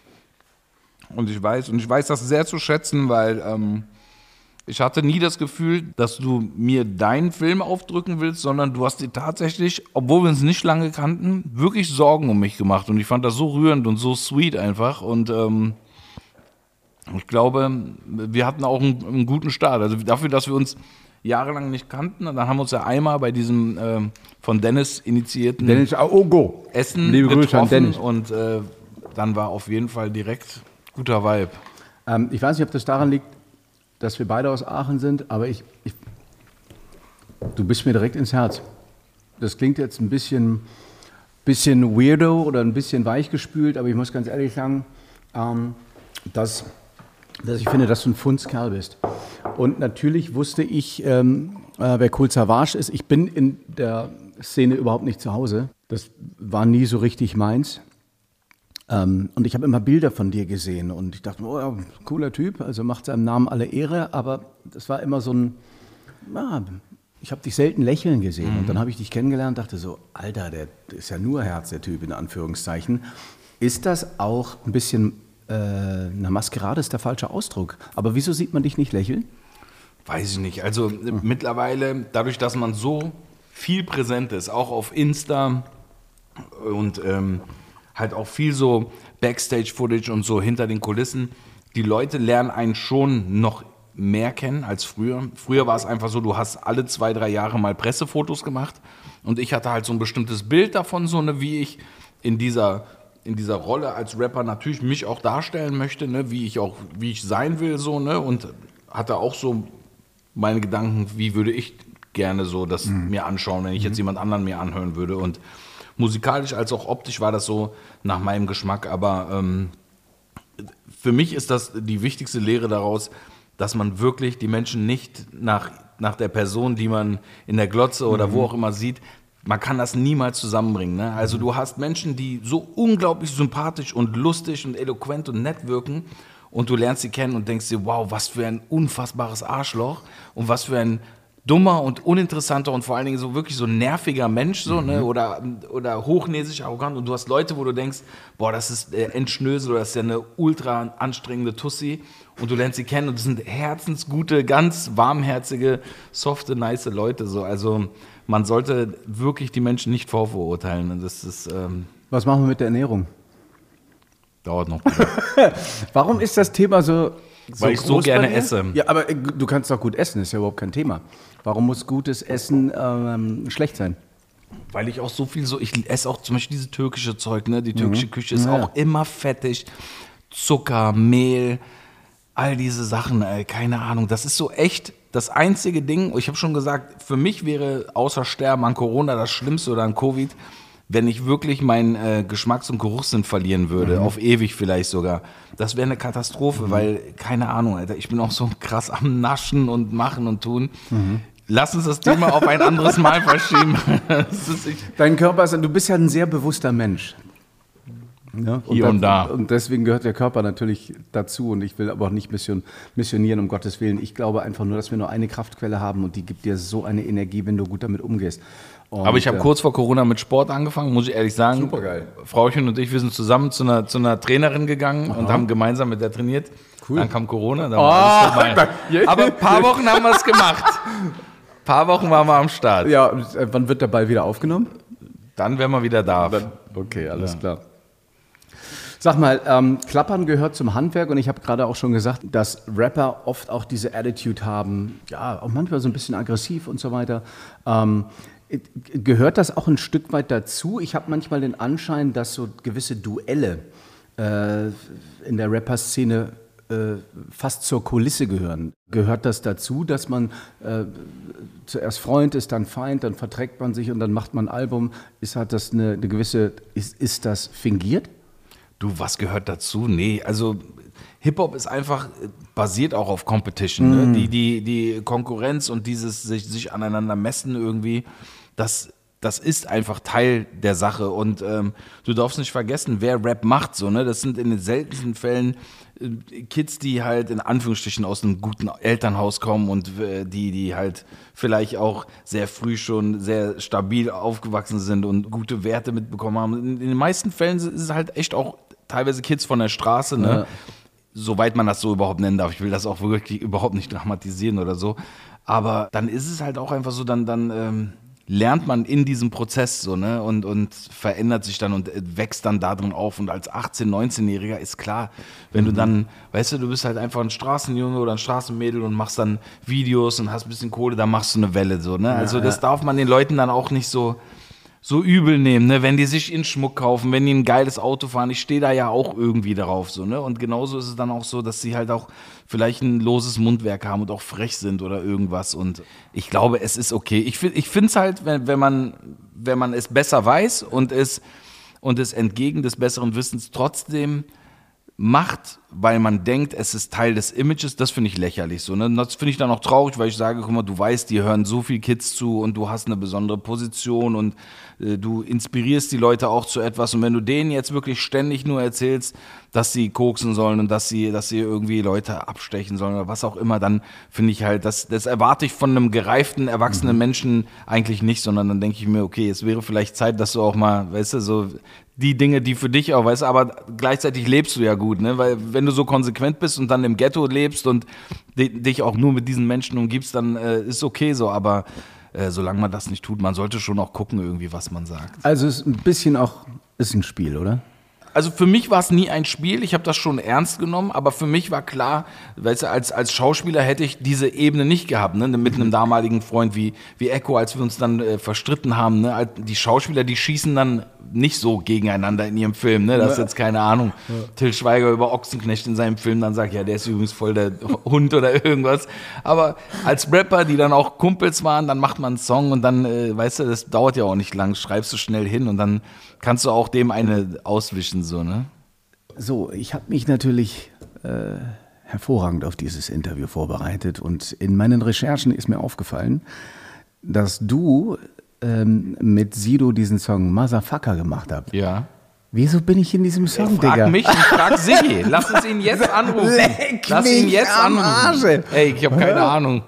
Und ich weiß, und ich weiß das sehr zu schätzen, weil ähm, ich hatte nie das Gefühl, dass du mir deinen Film aufdrücken willst, sondern du hast dir tatsächlich, obwohl wir uns nicht lange kannten, wirklich Sorgen um mich gemacht. Und ich fand das so rührend und so sweet einfach. Und ähm, ich glaube, wir hatten auch einen, einen guten Start. Also dafür, dass wir uns jahrelang nicht kannten, dann haben wir uns ja einmal bei diesem äh, von Dennis initiierten Dennis, oh, go. Essen Liebe Grüße an getroffen Dennis. Und äh, dann war auf jeden Fall direkt guter Vibe. Ähm, ich weiß nicht, ob das daran liegt, dass wir beide aus Aachen sind, aber ich, ich du bist mir direkt ins Herz. Das klingt jetzt ein bisschen, bisschen weirdo oder ein bisschen weichgespült, aber ich muss ganz ehrlich sagen, ähm, dass dass ich finde, dass du ein Fundskerl bist. Und natürlich wusste ich, ähm, äh, wer Kool Savas ist. Ich bin in der Szene überhaupt nicht zu Hause. Das war nie so richtig meins. Ähm, und ich habe immer Bilder von dir gesehen und ich dachte, oh ja, cooler Typ, also macht seinem Namen alle Ehre. Aber das war immer so ein, ja, ich habe dich selten lächeln gesehen. Mhm. Und dann habe ich dich kennengelernt und dachte so, Alter, der ist ja nur Herz, der Typ, in Anführungszeichen. Ist das auch ein bisschen... Na, Maskerade ist der falsche Ausdruck. Aber wieso sieht man dich nicht lächeln? Weiß ich nicht. Also hm. mittlerweile, dadurch, dass man so viel präsent ist, auch auf Insta und ähm, halt auch viel so Backstage-Footage und so hinter den Kulissen, die Leute lernen einen schon noch mehr kennen als früher. Früher war es einfach so, du hast alle zwei, drei Jahre mal Pressefotos gemacht und ich hatte halt so ein bestimmtes Bild davon, so eine, wie ich in dieser... in dieser Rolle als Rapper natürlich mich auch darstellen möchte, ne, wie ich auch, wie ich sein will, so, ne, und hatte auch so meine Gedanken, wie würde ich gerne so das mhm. mir anschauen, wenn ich jetzt jemand anderen mir anhören würde. Und musikalisch als auch optisch war das so nach meinem Geschmack, aber ähm, für mich ist das die wichtigste Lehre daraus, dass man wirklich die Menschen nicht nach, nach der Person, die man in der Glotze oder mhm. wo auch immer sieht, man kann das niemals zusammenbringen. Ne? Also du hast Menschen, die so unglaublich sympathisch und lustig und eloquent und nett wirken und du lernst sie kennen und denkst dir, wow, was für ein unfassbares Arschloch und was für ein dummer und uninteressanter und vor allen Dingen so wirklich so nerviger Mensch so, mhm. ne? oder, oder hochnäsig, arrogant und du hast Leute, wo du denkst, boah, das ist äh, Endschnösel oder das ist ja eine ultra anstrengende Tussi und du lernst sie kennen und das sind herzensgute, ganz warmherzige, softe, nice Leute. So. Also man sollte wirklich die Menschen nicht vorverurteilen. Und das ist, ähm, was machen wir mit der Ernährung? Dauert noch. Warum ist das Thema so So Weil ich so gerne esse. Ja, aber äh, du kannst doch gut essen, ist ja überhaupt kein Thema. Warum muss gutes Essen ähm, schlecht sein? Weil ich auch so viel so, ich esse auch zum Beispiel dieses türkische Zeug, ne? Die türkische mhm. Küche ist ja. auch immer fettig. Zucker, Mehl, all diese Sachen, ey, keine Ahnung. Das ist so echt das einzige Ding, ich habe schon gesagt, für mich wäre außer Sterben an Corona das Schlimmste oder an Covid, wenn ich wirklich meinen äh, Geschmacks- und Geruchssinn verlieren würde, mhm. auf ewig vielleicht sogar. Das wäre eine Katastrophe, mhm. weil, keine Ahnung, Alter, ich bin auch so krass am Naschen und Machen und Tun. Mhm. Lass uns das Thema auf ein anderes Mal verschieben. Das ist, Dein Körper ist, du bist ja ein sehr bewusster Mensch. Ja, Hier und, und da. Und deswegen gehört der Körper natürlich dazu und ich will aber auch nicht mission, missionieren, um Gottes Willen. Ich glaube einfach nur, dass wir nur eine Kraftquelle haben und die gibt dir so eine Energie, wenn du gut damit umgehst. Und aber ich habe äh, kurz vor Corona mit Sport angefangen, muss ich ehrlich sagen. Supergeil. Frauchen und ich, wir sind zusammen zu einer, zu einer Trainerin gegangen Aha. und haben gemeinsam mit der trainiert. Cool. Dann kam Corona, dann war alles vorbei. Aber ein paar Wochen haben wir es gemacht. Ein paar Wochen waren wir am Start. Ja, und wann wird der Ball wieder aufgenommen? Dann, wenn man wieder darf. Dann, okay, alles ja. klar. Sag mal, ähm, Klappern gehört zum Handwerk und ich habe gerade auch schon gesagt, dass Rapper oft auch diese Attitude haben, ja, auch manchmal so ein bisschen aggressiv und so weiter. Ähm, gehört das auch ein Stück weit dazu? Ich habe manchmal den Anschein, dass so gewisse Duelle äh, in der Rapper-Szene äh, fast zur Kulisse gehören. Gehört das dazu, dass man äh, zuerst Freund ist, dann Feind, dann verträgt man sich und dann macht man ein Album? Ist, hat das eine, eine gewisse, ist, ist das fingiert? Du, was gehört dazu? Nee, also Hip-Hop ist einfach basiert auch auf Competition. Mm. Ne? Die, die, die Konkurrenz und dieses sich, sich aneinander messen irgendwie, das, das ist einfach Teil der Sache. Und ähm, du darfst nicht vergessen, wer Rap macht. So, ne? Das sind in den seltensten Fällen äh, Kids, die halt in Anführungsstrichen aus einem guten Elternhaus kommen und äh, die, die halt vielleicht auch sehr früh schon sehr stabil aufgewachsen sind und gute Werte mitbekommen haben. In, in den meisten Fällen ist es halt echt auch teilweise Kids von der Straße, ne? Ja. Soweit man das so überhaupt nennen darf. Ich will das auch wirklich überhaupt nicht dramatisieren oder so. Aber dann ist es halt auch einfach so, dann, dann ähm, lernt man in diesem Prozess so, ne? Und, und verändert sich dann und wächst dann da drin auf. Und als achtzehn-, neunzehnjähriger ist klar, wenn mhm. du dann, weißt du, du bist halt einfach ein Straßenjunge oder ein Straßenmädel und machst dann Videos und hast ein bisschen Kohle, dann machst du eine Welle so, ne? Also ja, das ja. darf man den Leuten dann auch nicht so so übel nehmen, ne? Wenn die sich in Schmuck kaufen, wenn die ein geiles Auto fahren, ich stehe da ja auch irgendwie drauf, so, ne? Und genauso ist es dann auch so, dass sie halt auch vielleicht ein loses Mundwerk haben und auch frech sind oder irgendwas. Und ich glaube, es ist okay. Ich finde ich finde es halt, wenn, wenn man wenn man es besser weiß und es und es entgegen des besseren Wissens trotzdem macht, weil man denkt, es ist Teil des Images, das finde ich lächerlich. So, ne? Das finde ich dann auch traurig, weil ich sage, guck mal, du weißt, die hören so viel Kids zu und du hast eine besondere Position und äh, du inspirierst die Leute auch zu etwas. Und wenn du denen jetzt wirklich ständig nur erzählst, dass sie koksen sollen und dass sie, dass sie irgendwie Leute abstechen sollen oder was auch immer, dann finde ich halt, das, das erwarte ich von einem gereiften, erwachsenen Menschen eigentlich nicht, sondern dann denke ich mir, okay, es wäre vielleicht Zeit, dass du auch mal, weißt du, so die Dinge, die für dich auch, weißt du, aber gleichzeitig lebst du ja gut, ne? Weil wenn du so konsequent bist und dann im Ghetto lebst und dich auch nur mit diesen Menschen umgibst, dann äh, ist okay so, aber äh, solange man das nicht tut, man sollte schon auch gucken irgendwie, was man sagt. Also es ist ein bisschen auch, ist ein Spiel, oder? Also für mich war es nie ein Spiel, ich habe das schon ernst genommen, aber für mich war klar, weißt du, als, als Schauspieler hätte ich diese Ebene nicht gehabt, ne? Mit einem damaligen Freund wie, wie Echo, als wir uns dann äh, verstritten haben, ne? Die Schauspieler, die schießen dann nicht so gegeneinander in ihrem Film, ne? Das ist jetzt keine Ahnung, ja. Till Schweiger über Ochsenknecht in seinem Film dann sagt, ja, der ist übrigens voll der Hund oder irgendwas, aber als Rapper, die dann auch Kumpels waren, dann macht man einen Song und dann, äh, weißt du, das dauert ja auch nicht lang, schreibst du schnell hin und dann kannst du auch dem eine auswischen, so, ne? So, ich habe mich natürlich äh, hervorragend auf dieses Interview vorbereitet und in meinen Recherchen ist mir aufgefallen, dass du ähm, mit Sido diesen Song Motherfucker gemacht hast. Ja. Wieso bin ich in diesem Song, frag Digga? Frag mich, ich frag Siggi. Lass uns ihn jetzt anrufen. Leck Lass ihn mich jetzt am anrufen. Arsch. Ey, ich habe keine Ahnung.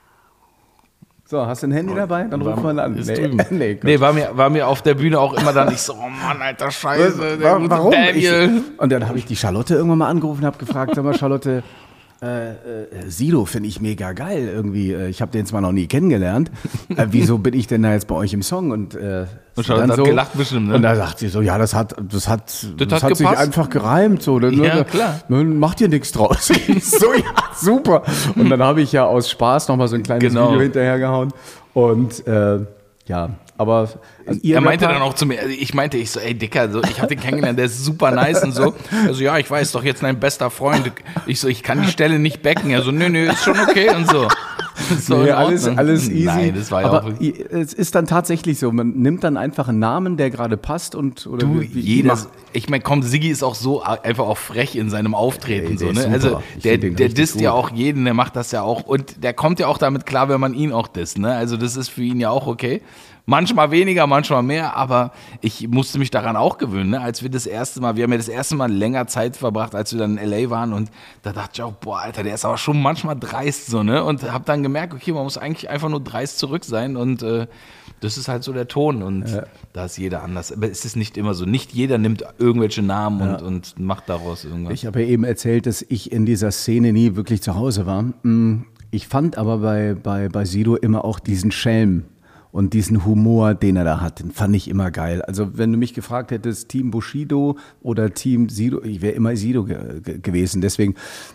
So, hast du ein Handy dabei? Dann rufen wir ihn an. Ist Nee, drüben. nee, nee, war mir, war mir auf der Bühne auch immer dann, ich so, oh Mann, alter Scheiße, der gute Warum? Daniel. Ich, und dann habe ich die Charlotte irgendwann mal angerufen und habe gefragt, sag mal Charlotte, äh, äh, Sido finde ich mega geil irgendwie. Äh, ich habe den zwar noch nie kennengelernt. Äh, wieso bin ich denn da jetzt bei euch im Song? Und, äh, und Charlotte hat so, gelacht bestimmt, ne? Und da sagt sie so, ja, das hat, das hat, das, das hat, hat sich gepasst. einfach gereimt. So. Dann, Ja, dann, klar. Dann macht ihr nichts draus. Ich so, ja, super. Und dann habe ich ja aus Spaß nochmal so ein kleines Genau. Video hinterhergehauen. Und äh, ja, aber ihr Er meinte Rapper- dann auch zu mir, also ich meinte, ich so, ey Dicker, so, ich hab den kennengelernt, der ist super nice und so. Also ja, ich weiß doch, jetzt dein bester Freund. Ich so, ich kann die Stelle nicht backen. Er so, nö, nö, ist schon okay und so. so Nee, in alles, Ordnung. alles easy. Nein, das war ja aber auch... i- es ist dann tatsächlich so, man nimmt dann einfach einen Namen, der gerade passt und oder Du, wie, wie jeder, macht- ich meine, komm, Siggi ist auch so einfach auch frech in seinem Auftreten. Ey, so, der ne? ist super. Also Ich der, find den der richtig disst ja gut. auch jeden, der macht das ja auch. Und der kommt ja auch damit klar, wenn man ihn auch disst. Ne? Also das ist für ihn ja auch okay. Manchmal weniger, manchmal mehr, aber ich musste mich daran auch gewöhnen. Ne? Als wir das erste Mal, wir haben ja das erste Mal länger Zeit verbracht, als wir dann in L A waren und da dachte ich auch, boah, Alter, der ist aber schon manchmal dreist so, ne? Und habe dann gemerkt, okay, man muss eigentlich einfach nur dreist zurück sein und äh, das ist halt so der Ton und Ja. da ist jeder anders. Aber es ist nicht immer so. Nicht jeder nimmt irgendwelche Namen und, und macht daraus irgendwas. Ich habe ja eben erzählt, dass ich in dieser Szene nie wirklich zu Hause war. Mm, Ich fand aber bei, bei, bei Sido immer auch diesen Schelm und diesen Humor, den er da hat, den fand ich immer geil. Also wenn du mich gefragt hättest, Team Bushido oder Team Sido, ich wäre immer Sido ge ge gewesen. Deswegen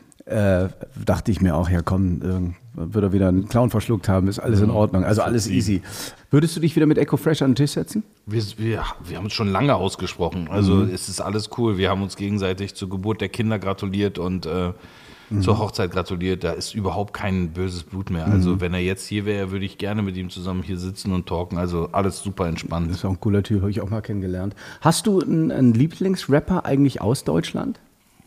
äh, dachte ich mir auch, ja komm, äh, wird er wieder einen Clown verschluckt haben, ist alles in Ordnung. Also alles easy. Würdest du dich wieder mit Echo Fresh an den Tisch setzen? Wir, wir, wir haben uns schon lange ausgesprochen. Also es ist alles cool. Wir haben uns gegenseitig zur Geburt der Kinder gratuliert und äh, zur Hochzeit gratuliert. Da ist überhaupt kein böses Blut mehr. Also wenn er jetzt hier wäre, würde ich gerne mit ihm zusammen hier sitzen und talken. Also alles super entspannt. Das ist auch ein cooler Typ, habe ich auch mal kennengelernt. Hast du einen, einen Lieblingsrapper eigentlich aus Deutschland?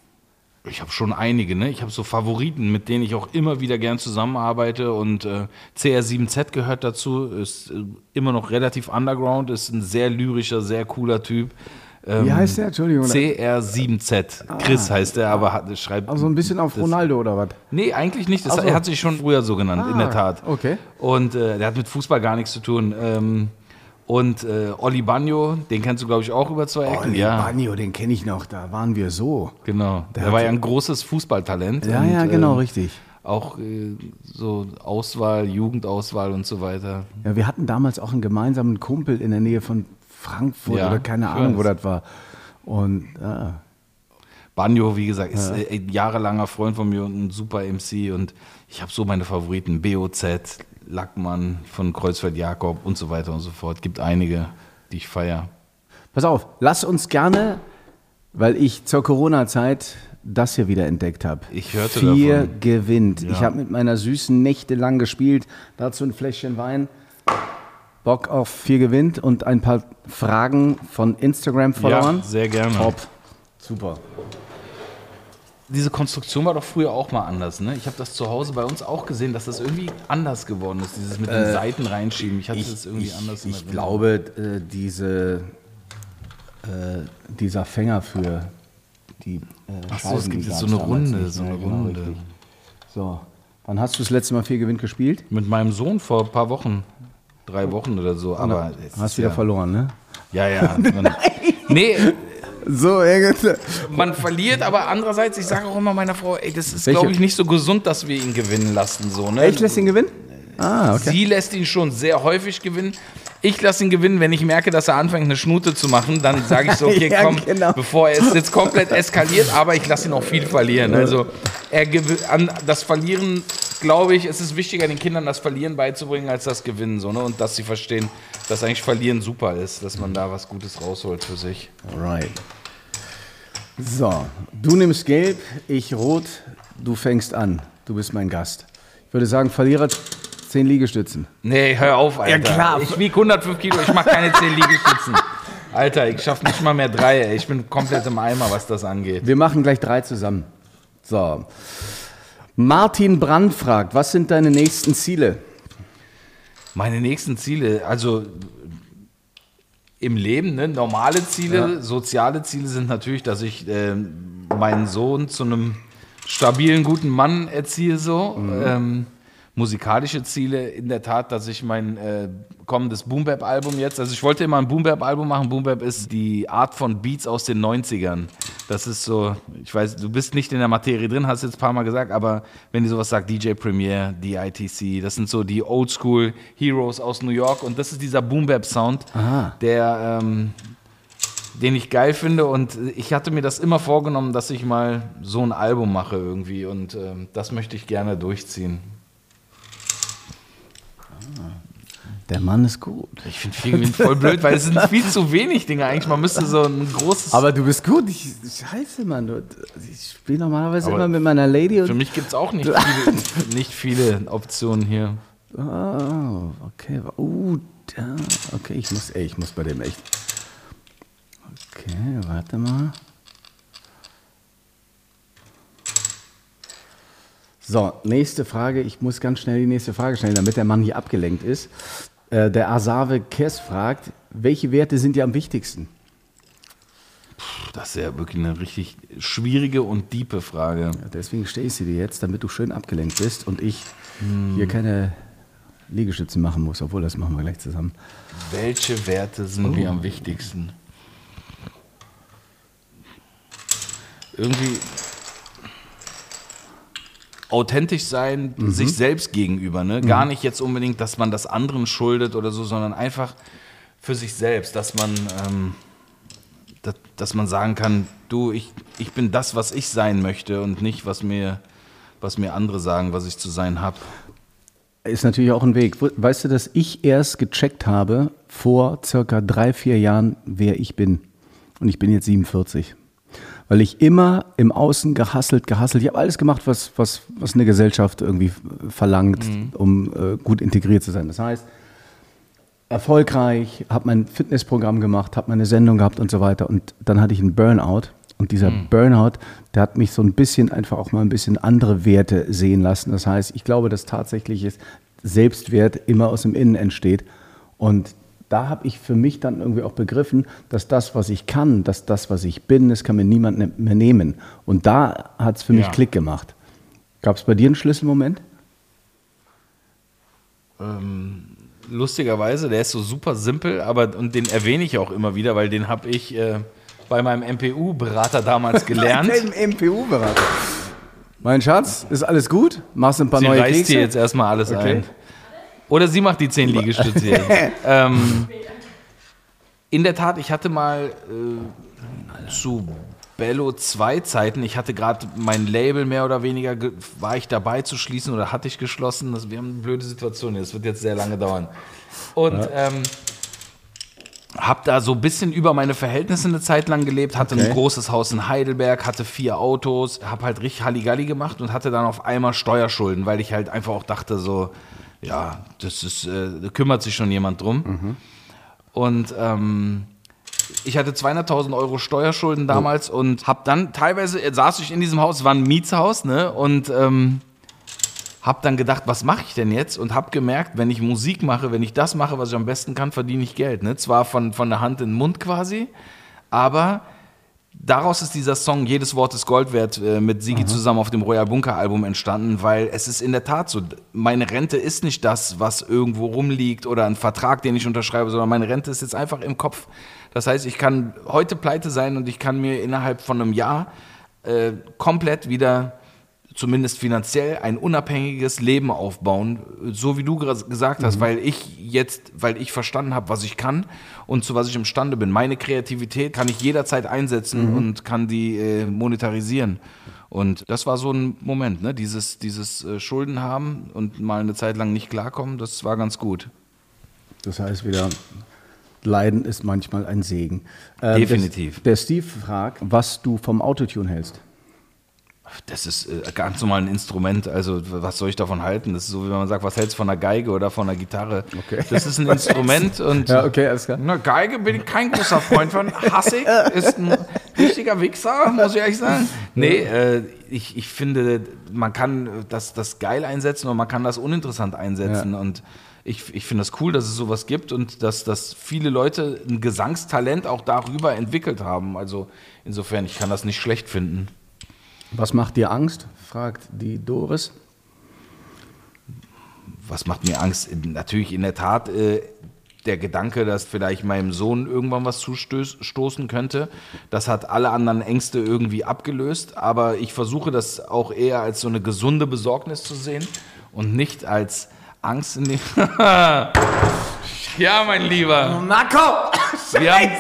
Ich habe schon einige, ne? Ich habe so Favoriten, mit denen ich auch immer wieder gern zusammenarbeite und äh, C R sieben Z gehört dazu, ist äh, immer noch relativ underground, ist ein sehr lyrischer, sehr cooler Typ. Ähm, Wie heißt der? Entschuldigung. C R sieben Z. Chris heißt der, aber hat, schreibt... Also ein bisschen auf das- Ronaldo oder was? Nee, eigentlich nicht. Das, Ach so. Er hat sich schon früher so genannt, in Ah, der Tat. okay. Und äh, der hat mit Fußball gar nichts zu tun. Ähm, und äh, Oli Bagno, den kennst du, glaube ich, auch über zwei Ecken. Oli ja, Bagno, den kenne ich noch, da waren wir so. genau. Der, hat war so- ja ein großes Fußballtalent. Ja, und, ja, genau, ähm, richtig. Auch äh, so Auswahl, Jugendauswahl und so weiter. Ja, wir hatten damals auch einen gemeinsamen Kumpel in der Nähe von Frankfurt Ja, oder keine ich Ahnung, wo weiß. das war. Und ja, Banjo, wie gesagt, ist äh, ein jahrelanger Freund von mir und ein super M C. Und ich habe so meine Favoriten. B O Z, Lackmann von Kreuzfeld Jakob und so weiter und so fort. Gibt einige, die ich feiere. pass auf, lass uns gerne, weil ich zur Corona-Zeit das hier wieder entdeckt habe. Ich hörte Vier davon. gewinnt. Ja. Ich habe mit meiner Süßen Nächte lang gespielt. Dazu ein Fläschchen Wein. Bock auf vier gewinnt und ein paar Fragen von Instagram-Followern. Ja, sehr gerne. Top. Super. Diese Konstruktion war doch früher auch mal anders, ne? Ich habe das zu Hause bei uns auch gesehen, dass das irgendwie anders geworden ist, dieses mit den Seiten reinschieben. Ich hatte das irgendwie ich, anders in ich Erinnerung. glaube, äh, diese, äh, dieser Fänger für die äh, Ach so, es Scheiben, gibt die jetzt so gab's eine damals Runde, nicht. so Ja, eine genau, Runde. richtig. So, wann hast du das letzte Mal vier gewinnt gespielt? Mit meinem Sohn vor ein paar Wochen, drei Wochen oder so, aber es Hast ist wieder ja, verloren, ne? Ja, ja. Man, nee, So, man verliert, aber andererseits, ich sage auch immer meiner Frau, ey, das ist, Welche- glaube ich, nicht so gesund, dass wir ihn gewinnen lassen. So, ne? Echt lässt ihn gewinnen? Ah, okay. Sie lässt ihn schon sehr häufig gewinnen. Ich lasse ihn gewinnen, wenn ich merke, dass er anfängt, eine Schnute zu machen. Dann sage ich so, okay, Ja, komm, genau. bevor er es jetzt komplett eskaliert, aber ich lasse ihn auch viel verlieren. Also er gew- an das Verlieren, glaube ich, es ist wichtiger, den Kindern das Verlieren beizubringen, als das Gewinnen. So, ne? Und dass sie verstehen, dass eigentlich Verlieren super ist, dass man da was Gutes rausholt für sich. Alright. So, du nimmst gelb, ich rot, du fängst an. Du bist mein Gast. Ich würde sagen, Verlierer zehn Liegestützen. Nee, hör auf, Alter. Ja, klar. Ich wiege hundertfünf Kilo, ich mache keine zehn Liegestützen. Alter, ich schaffe nicht mal mehr drei, ey. Ich bin komplett im Eimer, was das angeht. Wir machen gleich drei zusammen. So. Martin Brand fragt, was sind deine nächsten Ziele? Meine nächsten Ziele, also im Leben, ne, normale Ziele, ja. Soziale Ziele sind natürlich, dass ich äh, meinen Sohn zu einem stabilen, guten Mann erziehe, so. Mhm. Ähm, musikalische Ziele, in der Tat, dass ich mein äh, kommendes Boom-Bap-Album jetzt, also ich wollte immer ein Boom-Bap-Album machen. Boom-Bap ist die Art von Beats aus den neunzigern. Das ist so, ich weiß, du bist nicht in der Materie drin, hast jetzt ein paar Mal gesagt, aber wenn die sowas sagt, D J Premier, D I T C, das sind so die Oldschool-Heroes aus New York und das ist dieser Boom-Bap-Sound, der, ähm, den ich geil finde und ich hatte mir das immer vorgenommen, dass ich mal so ein Album mache irgendwie und ähm, das möchte ich gerne durchziehen. Der Mann ist gut. Ich finde viel voll blöd, weil es sind viel zu wenig Dinge eigentlich. Man müsste so ein großes... Aber du bist gut. Ich, scheiße, Mann. Du, ich spiele normalerweise aber immer mit meiner Lady. Und für mich gibt es auch nicht viele, nicht viele Optionen hier. Oh, okay. Uh, da. Okay, ich muss, ey, ich muss bei dem echt... Okay, warte mal. So, nächste Frage. Ich muss ganz schnell die nächste Frage stellen, damit der Mann hier abgelenkt ist. Äh, der Asave Kess fragt, welche Werte sind dir am wichtigsten? Puh, das ist ja wirklich eine richtig schwierige und tiefe Frage. Ja, deswegen stelle ich sie dir jetzt, damit du schön abgelenkt bist und ich hm. hier keine Liegestützen machen muss, obwohl das machen wir gleich zusammen. Welche Werte sind oh. mir am wichtigsten? Irgendwie... authentisch sein, mhm. sich selbst gegenüber, ne? Gar nicht jetzt unbedingt, dass man das anderen schuldet oder so, sondern einfach für sich selbst, dass man, ähm, dass, dass man sagen kann, du, ich, ich bin das, was ich sein möchte und nicht, was mir, was mir andere sagen, was ich zu sein habe. Ist natürlich auch ein Weg. Weißt du, dass ich erst gecheckt habe, vor circa drei, vier Jahren, wer ich bin. Und ich bin jetzt siebenundvierzig. Weil ich immer im Außen gehasselt, gehasselt. Ich habe alles gemacht, was, was, was eine Gesellschaft irgendwie verlangt, mhm. um äh, gut integriert zu sein. Das heißt, erfolgreich, habe mein Fitnessprogramm gemacht, habe meine Sendung gehabt und so weiter. Und dann hatte ich einen Burnout. Und dieser mhm. Burnout, der hat mich so ein bisschen einfach auch mal ein bisschen andere Werte sehen lassen. Das heißt, ich glaube, dass tatsächlich Selbstwert immer aus dem Innen entsteht. Und da habe ich für mich dann irgendwie auch begriffen, dass das, was ich kann, dass das, was ich bin, das kann mir niemand mehr nehmen. Und da hat es für mich ja. Klick gemacht. Gab es bei dir einen Schlüsselmoment? Ähm, lustigerweise, der ist so super simpel, aber und den erwähne ich auch immer wieder, weil den habe ich äh, bei meinem M P U-Berater damals gelernt. Bei dem M P U-Berater? Mein Schatz, ist alles gut? Machst du ein paar Sie neue reißt Kekse? dir jetzt erstmal alles okay. ein. Oder sie macht die zehn Liegestütze jetzt. ähm, in der Tat, ich hatte mal äh, zu Bello zwei Zeiten, ich hatte gerade mein Label mehr oder weniger, ge- war ich dabei zu schließen oder hatte ich geschlossen. Das, wir haben eine blöde Situation hier, das wird jetzt sehr lange dauern. Und ja. ähm, habe da so ein bisschen über meine Verhältnisse eine Zeit lang gelebt, hatte okay. ein großes Haus in Heidelberg, hatte vier Autos, habe halt richtig Halligalli gemacht und hatte dann auf einmal Steuerschulden, weil ich halt einfach auch dachte so, ja, das ist, äh, da kümmert sich schon jemand drum. Mhm. Und ähm, ich hatte zweihunderttausend Euro Steuerschulden damals oh. und habe dann teilweise, äh, saß ich in diesem Haus, war ein Mietshaus, ne, und ähm, habe dann gedacht, was mache ich denn jetzt? Und habe gemerkt, wenn ich Musik mache, wenn ich das mache, was ich am besten kann, verdiene ich Geld. Ne? Zwar von, von der Hand in den Mund quasi, aber daraus ist dieser Song Jedes Wort ist Gold wert äh, mit Sigi Aha. zusammen auf dem Royal Bunker Album entstanden, weil es ist in der Tat so, meine Rente ist nicht das, was irgendwo rumliegt oder ein Vertrag, den ich unterschreibe, sondern meine Rente ist jetzt einfach im Kopf. Das heißt, ich kann heute pleite sein und ich kann mir innerhalb von einem Jahr äh, komplett wieder, zumindest finanziell, ein unabhängiges Leben aufbauen, so wie du gesagt hast, mhm. weil ich jetzt, weil ich verstanden habe, was ich kann und zu was ich imstande bin. Meine Kreativität kann ich jederzeit einsetzen mhm. und kann die äh, monetarisieren. Und das war so ein Moment, ne? dieses, dieses äh, Schulden haben und mal eine Zeit lang nicht klarkommen, das war ganz gut. Das heißt wieder, Leiden ist manchmal ein Segen. Ähm, Definitiv. Der, der Steve fragt, was du vom Autotune hältst. Das ist äh, ganz normal ein Instrument, also was soll ich davon halten? Das ist so, wie wenn man sagt, was hältst du von einer Geige oder von einer Gitarre? Okay. Das ist ein Instrument und ja, okay, alles klar. Eine Geige bin ich kein großer Freund von, hasse ich, ist ein, richtiger Wichser, muss ich ehrlich sagen. Nee, äh, ich, ich finde, man kann das, das geil einsetzen und man kann das uninteressant einsetzen. Ja. Und ich, ich finde das cool, dass es sowas gibt und dass, dass viele Leute ein Gesangstalent auch darüber entwickelt haben. Also insofern, ich kann das nicht schlecht finden. Was macht dir Angst? Fragt die Doris. Was macht mir Angst? Natürlich in der Tat äh, der Gedanke, dass vielleicht meinem Sohn irgendwann was zustoßen könnte. Das hat alle anderen Ängste irgendwie abgelöst. Aber ich versuche das auch eher als so eine gesunde Besorgnis zu sehen und nicht als Angst in dem... Ja, mein Lieber. Marco! Wir haben,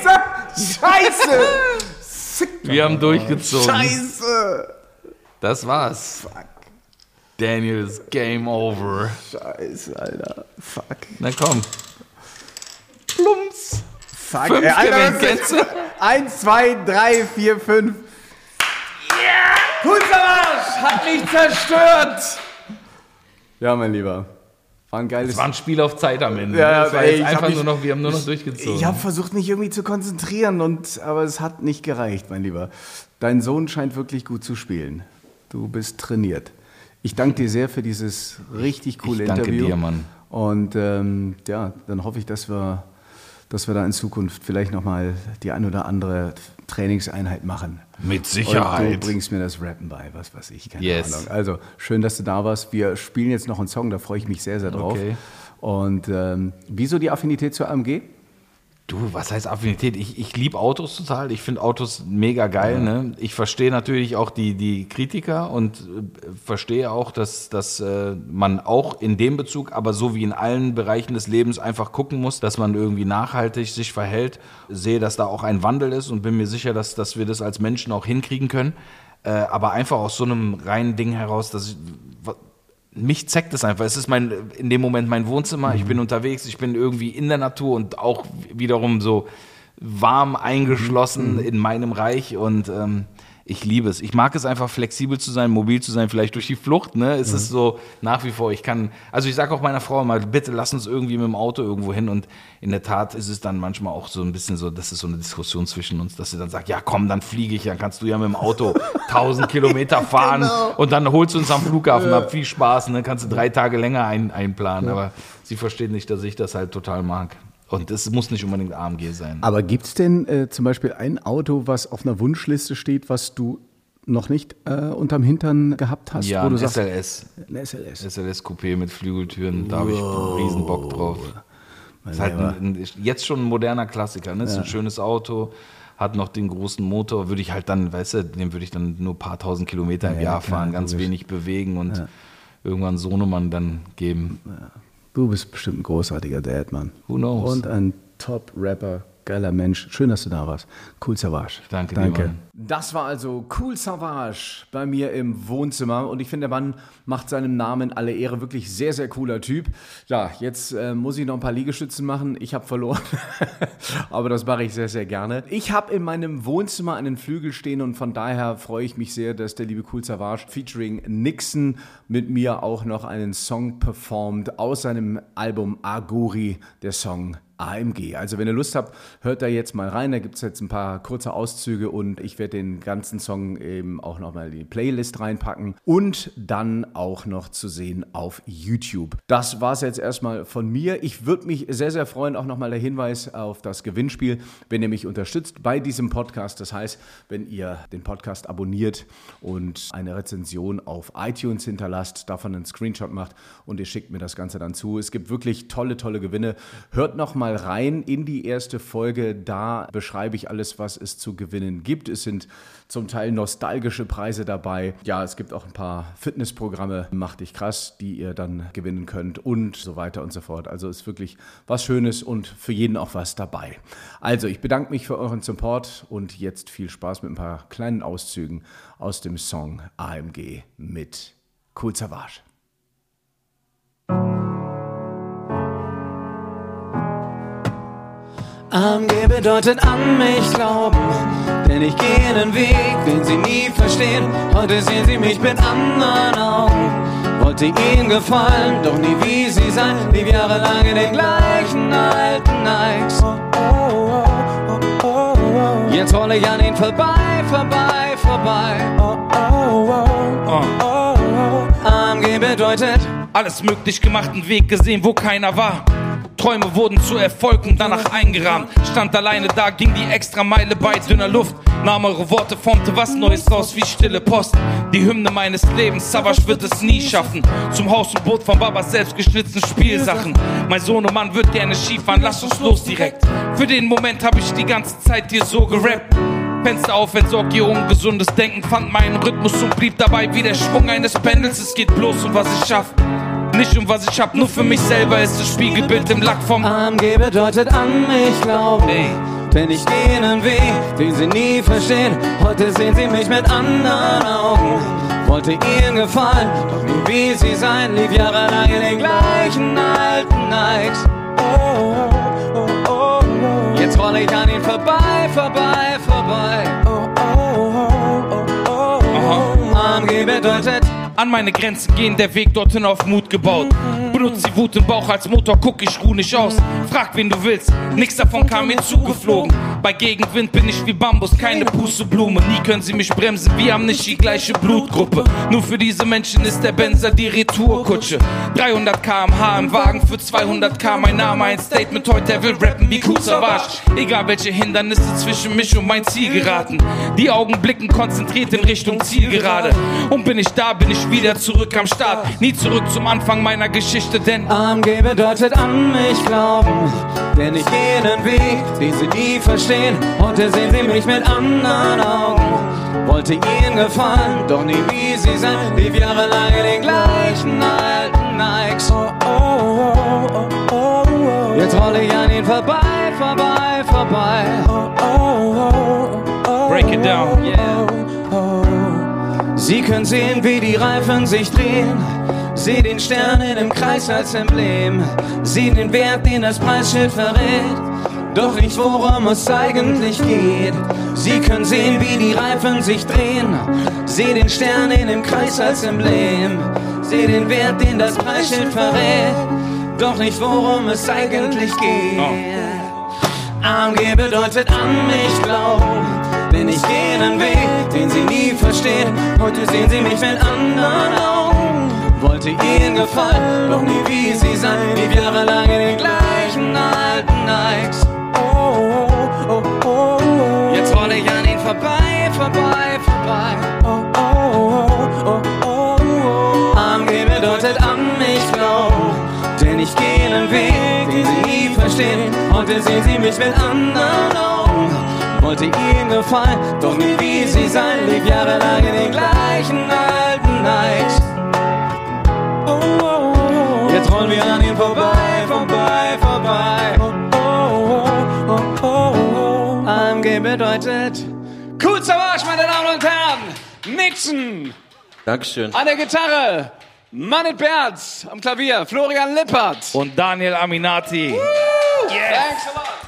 Scheiße! Wir haben durchgezogen. Scheiße! Das war's. Fuck. Daniels Game Over. Scheiße, Alter. Fuck. Na komm. Plumps. Fuck. Fünf Ey, Alter, Kennst du? Eins, zwei, drei, vier, fünf. Yeah! Pulsarsch hat mich zerstört! Ja, mein Lieber. War ein geiles... Es war ein Spiel auf Zeit am Ende. Ja, das war ey, jetzt einfach mich, nur noch, wir haben nur noch durchgezogen. Ich habe versucht, mich irgendwie zu konzentrieren, und, aber es hat nicht gereicht, mein Lieber. Dein Sohn scheint wirklich gut zu spielen. Du bist trainiert. Ich danke dir sehr für dieses richtig coole ich danke Interview. Dir, Mann. Und ähm, ja, dann hoffe ich, dass wir, dass wir da in Zukunft vielleicht nochmal die ein oder andere Trainingseinheit machen. Mit Sicherheit. Und du bringst mir das Rappen bei, was weiß ich, keine yes. Ahnung. Also schön, dass du da warst. Wir spielen jetzt noch einen Song, da freue ich mich sehr, sehr drauf. Okay. Und ähm, wieso die Affinität zur A M G? Du, was heißt Affinität? Ich, ich liebe Autos total. Ich finde Autos mega geil. Ja. Ne? Ich verstehe natürlich auch die, die Kritiker und äh, verstehe auch, dass, dass äh, man auch in dem Bezug, aber so wie in allen Bereichen des Lebens einfach gucken muss, dass man irgendwie nachhaltig sich verhält. Sehe, dass da auch ein Wandel ist und bin mir sicher, dass, dass wir das als Menschen auch hinkriegen können. Äh, aber einfach aus so einem reinen Ding heraus, dass ich... Mich zeckt es einfach. Es ist mein, in dem Moment mein Wohnzimmer. Ich bin unterwegs, ich bin irgendwie in der Natur und auch wiederum so warm eingeschlossen in meinem Reich. Und ähm, ich liebe es. Ich mag es einfach, flexibel zu sein, mobil zu sein, vielleicht durch die Flucht. Ne? Es mhm. ist so nach wie vor, ich kann, also ich sage auch meiner Frau mal, bitte lass uns irgendwie mit dem Auto irgendwo hin. Und in der Tat ist es dann manchmal auch so ein bisschen so, das ist so eine Diskussion zwischen uns, dass sie dann sagt, ja komm, dann fliege ich, dann kannst du ja mit dem Auto tausend Kilometer fahren genau. und dann holst du uns am Flughafen, ja. hab viel Spaß, ne? Kannst du drei Tage länger ein, einplanen. Ja. Aber sie versteht nicht, dass ich das halt total mag. Und es muss nicht unbedingt A M G sein. Aber gibt es denn äh, zum Beispiel ein Auto, was auf einer Wunschliste steht, was du noch nicht äh, unterm Hintern gehabt hast? Ja, wo du ein sagst, S L S. Ein S L S. S L S-Coupé mit Flügeltüren, da habe ich riesen Bock drauf. Das ist halt ein, ein, jetzt schon ein moderner Klassiker. Ne? Das ja. ist ein schönes Auto, hat noch den großen Motor. Würde ich halt dann, weißt du, den würde ich dann nur ein paar tausend Kilometer im ja, Jahr klar, fahren, ganz wenig bewegen und ja. irgendwann Sohnemann dann geben. Ja. Du bist bestimmt ein großartiger Dad, Mann. Who knows? Und ein Top-Rapper, geiler Mensch. Schön, dass du da warst. Cool Savage. Danke, Danke dir, Mann. Das war also Cool Savage bei mir im Wohnzimmer. Und ich finde, der Mann macht seinem Namen alle Ehre. Wirklich sehr, sehr cooler Typ. Ja, jetzt äh, muss ich noch ein paar Liegestützen machen. Ich habe verloren. Aber das mache ich sehr, sehr gerne. Ich habe in meinem Wohnzimmer einen Flügel stehen und von daher freue ich mich sehr, dass der liebe Cool Savage featuring Nixon mit mir auch noch einen Song performt aus seinem Album Aguri, der Song A M G. Also wenn ihr Lust habt, hört da jetzt mal rein. Da gibt es jetzt ein paar kurze Auszüge und ich werde den ganzen Song eben auch nochmal in die Playlist reinpacken und dann auch noch zu sehen auf YouTube. Das war es jetzt erstmal von mir. Ich würde mich sehr, sehr freuen, auch nochmal der Hinweis auf das Gewinnspiel, wenn ihr mich unterstützt bei diesem Podcast. Das heißt, wenn ihr den Podcast abonniert und eine Rezension auf iTunes hinterlasst, davon einen Screenshot macht und ihr schickt mir das Ganze dann zu. Es gibt wirklich tolle, tolle Gewinne. Hört nochmal rein in die erste Folge, da beschreibe ich alles, was es zu gewinnen gibt. Es sind zum Teil nostalgische Preise dabei. Ja, es gibt auch ein paar Fitnessprogramme, mach dich krass, die ihr dann gewinnen könnt und so weiter und so fort. Also ist wirklich was Schönes und für jeden auch was dabei. Also ich bedanke mich für euren Support und jetzt viel Spaß mit ein paar kleinen Auszügen aus dem Song A M G mit Cool Savage. A M G bedeutet an mich glauben, denn ich gehe einen Weg, den sie nie verstehen. Heute sehen sie mich mit anderen Augen. Wollte ihnen gefallen, doch nie wie sie sein. Lieb jahrelang in den gleichen alten Nikes. Oh, oh, oh, oh, oh, oh. Jetzt roll ich an ihn vorbei, vorbei, vorbei. Oh, oh, oh, oh, oh, oh. A M G bedeutet alles möglich gemacht, einen Weg gesehen, wo keiner war. Träume wurden zu Erfolg und danach eingerahmt. Stand alleine da, ging die extra Meile bei dünner Luft. Nahm eure Worte, formte was Neues raus wie stille Post. Die Hymne meines Lebens, Savage wird es nie schaffen. Zum Haus und Boot von Babas selbstgeschnitzten Spielsachen. Mein Sohnemann wird gerne Skifahren, lass uns los direkt. Für den Moment hab ich die ganze Zeit dir so gerappt. Fenster auf, entsorgt ihr ungesundes Denken. Fand meinen Rhythmus und blieb dabei wie der Schwung eines Pendels. Es geht bloß um was ich schaff, nicht um was ich hab, nur für mich selber ist das Spiegelbild im Lack vom A M G bedeutet an mich glauben, hey. Denn ich gehe einen Weg, den sie nie verstehen. Heute sehen sie mich mit anderen Augen. Wollte ihnen gefallen, doch nie wie sie sein. Lief jahrelang in den gleichen alten Nikes. Oh, oh, oh, oh. Jetzt roll ich an ihn vorbei, vorbei, vorbei. Oh, oh, oh, oh, oh. A M G bedeutet an meine Grenzen gehen, der Weg dorthin auf Mut gebaut. Benutzt die Wut im Bauch als Motor, guck, ich ruh nicht aus. Frag, wen du willst, nix davon kam mir zugeflogen. Bei Gegenwind bin ich wie Bambus, keine Pusteblume. Nie können sie mich bremsen, wir haben nicht die gleiche Blutgruppe. Nur für diese Menschen ist der Benzer die Retourkutsche. dreihundert Kilometer pro Stunde im Wagen für zweihundert Kilometer. Mein Name ein Statement, heute er will rappen wie Kool Savage. Egal welche Hindernisse zwischen mich und mein Ziel geraten. Die Augen blicken konzentriert in Richtung Zielgerade. Und bin ich da, bin ich wieder zurück am Start. Nie zurück zum Anfang meiner Geschichte, denn A M G bedeutet an mich glauben. Denn ich gehe den Weg, den sie nie verstehen. Heute sehen sie mich mit anderen Augen. Wollte ihnen gefallen, doch nie wie sie sein. Lief jahrelang in den gleichen alten Nikes. Oh, oh, oh, oh, oh. Jetzt roll ich an ihn vorbei, vorbei, vorbei. Oh, oh, oh, oh, break it down. Yeah. Sie können sehen, wie die Reifen sich drehen. Seh den Stern in dem Kreis als Emblem. Seh den Wert, den das Preisschild verrät. Doch nicht, worum es eigentlich geht. Sie können sehen, wie die Reifen sich drehen. Seh den Stern in dem Kreis als Emblem. Seh den Wert, den das Preisschild verrät. Doch nicht, worum es eigentlich geht. A M G bedeutet an mich glauben. Denn ich gehe einen Weg, den sie nie verstehen. Heute sehen sie mich mit anderen Augen. Wollte ihnen gefallen, doch nie wie sie sein. Lief jahrelang in den gleichen alten Nikes. Oh, oh, oh, oh. Jetzt roll ich an ihn vorbei, vorbei, vorbei. Oh, oh, oh, oh, oh. A M G bedeutet an mich glauben. Denn ich gehe einen Weg, den sie nie verstehen. Heute sehen sie mich mit anderen Augen. Wollte ihnen gefallen, doch nie wie sie sein. Lief jahrelang in den gleichen alten Nikes. Oh, oh, oh. Jetzt rollen wir an ihm vorbei, vorbei, vorbei. Oh, oh, oh, oh, oh. A M G bedeutet Kool Savage, meine Damen und Herren. Nixon. Dankeschön. An der Gitarre Manit Berz, am Klavier Florian Lippert und Daniel Aminati. Woo! Yeah. Thanks a lot.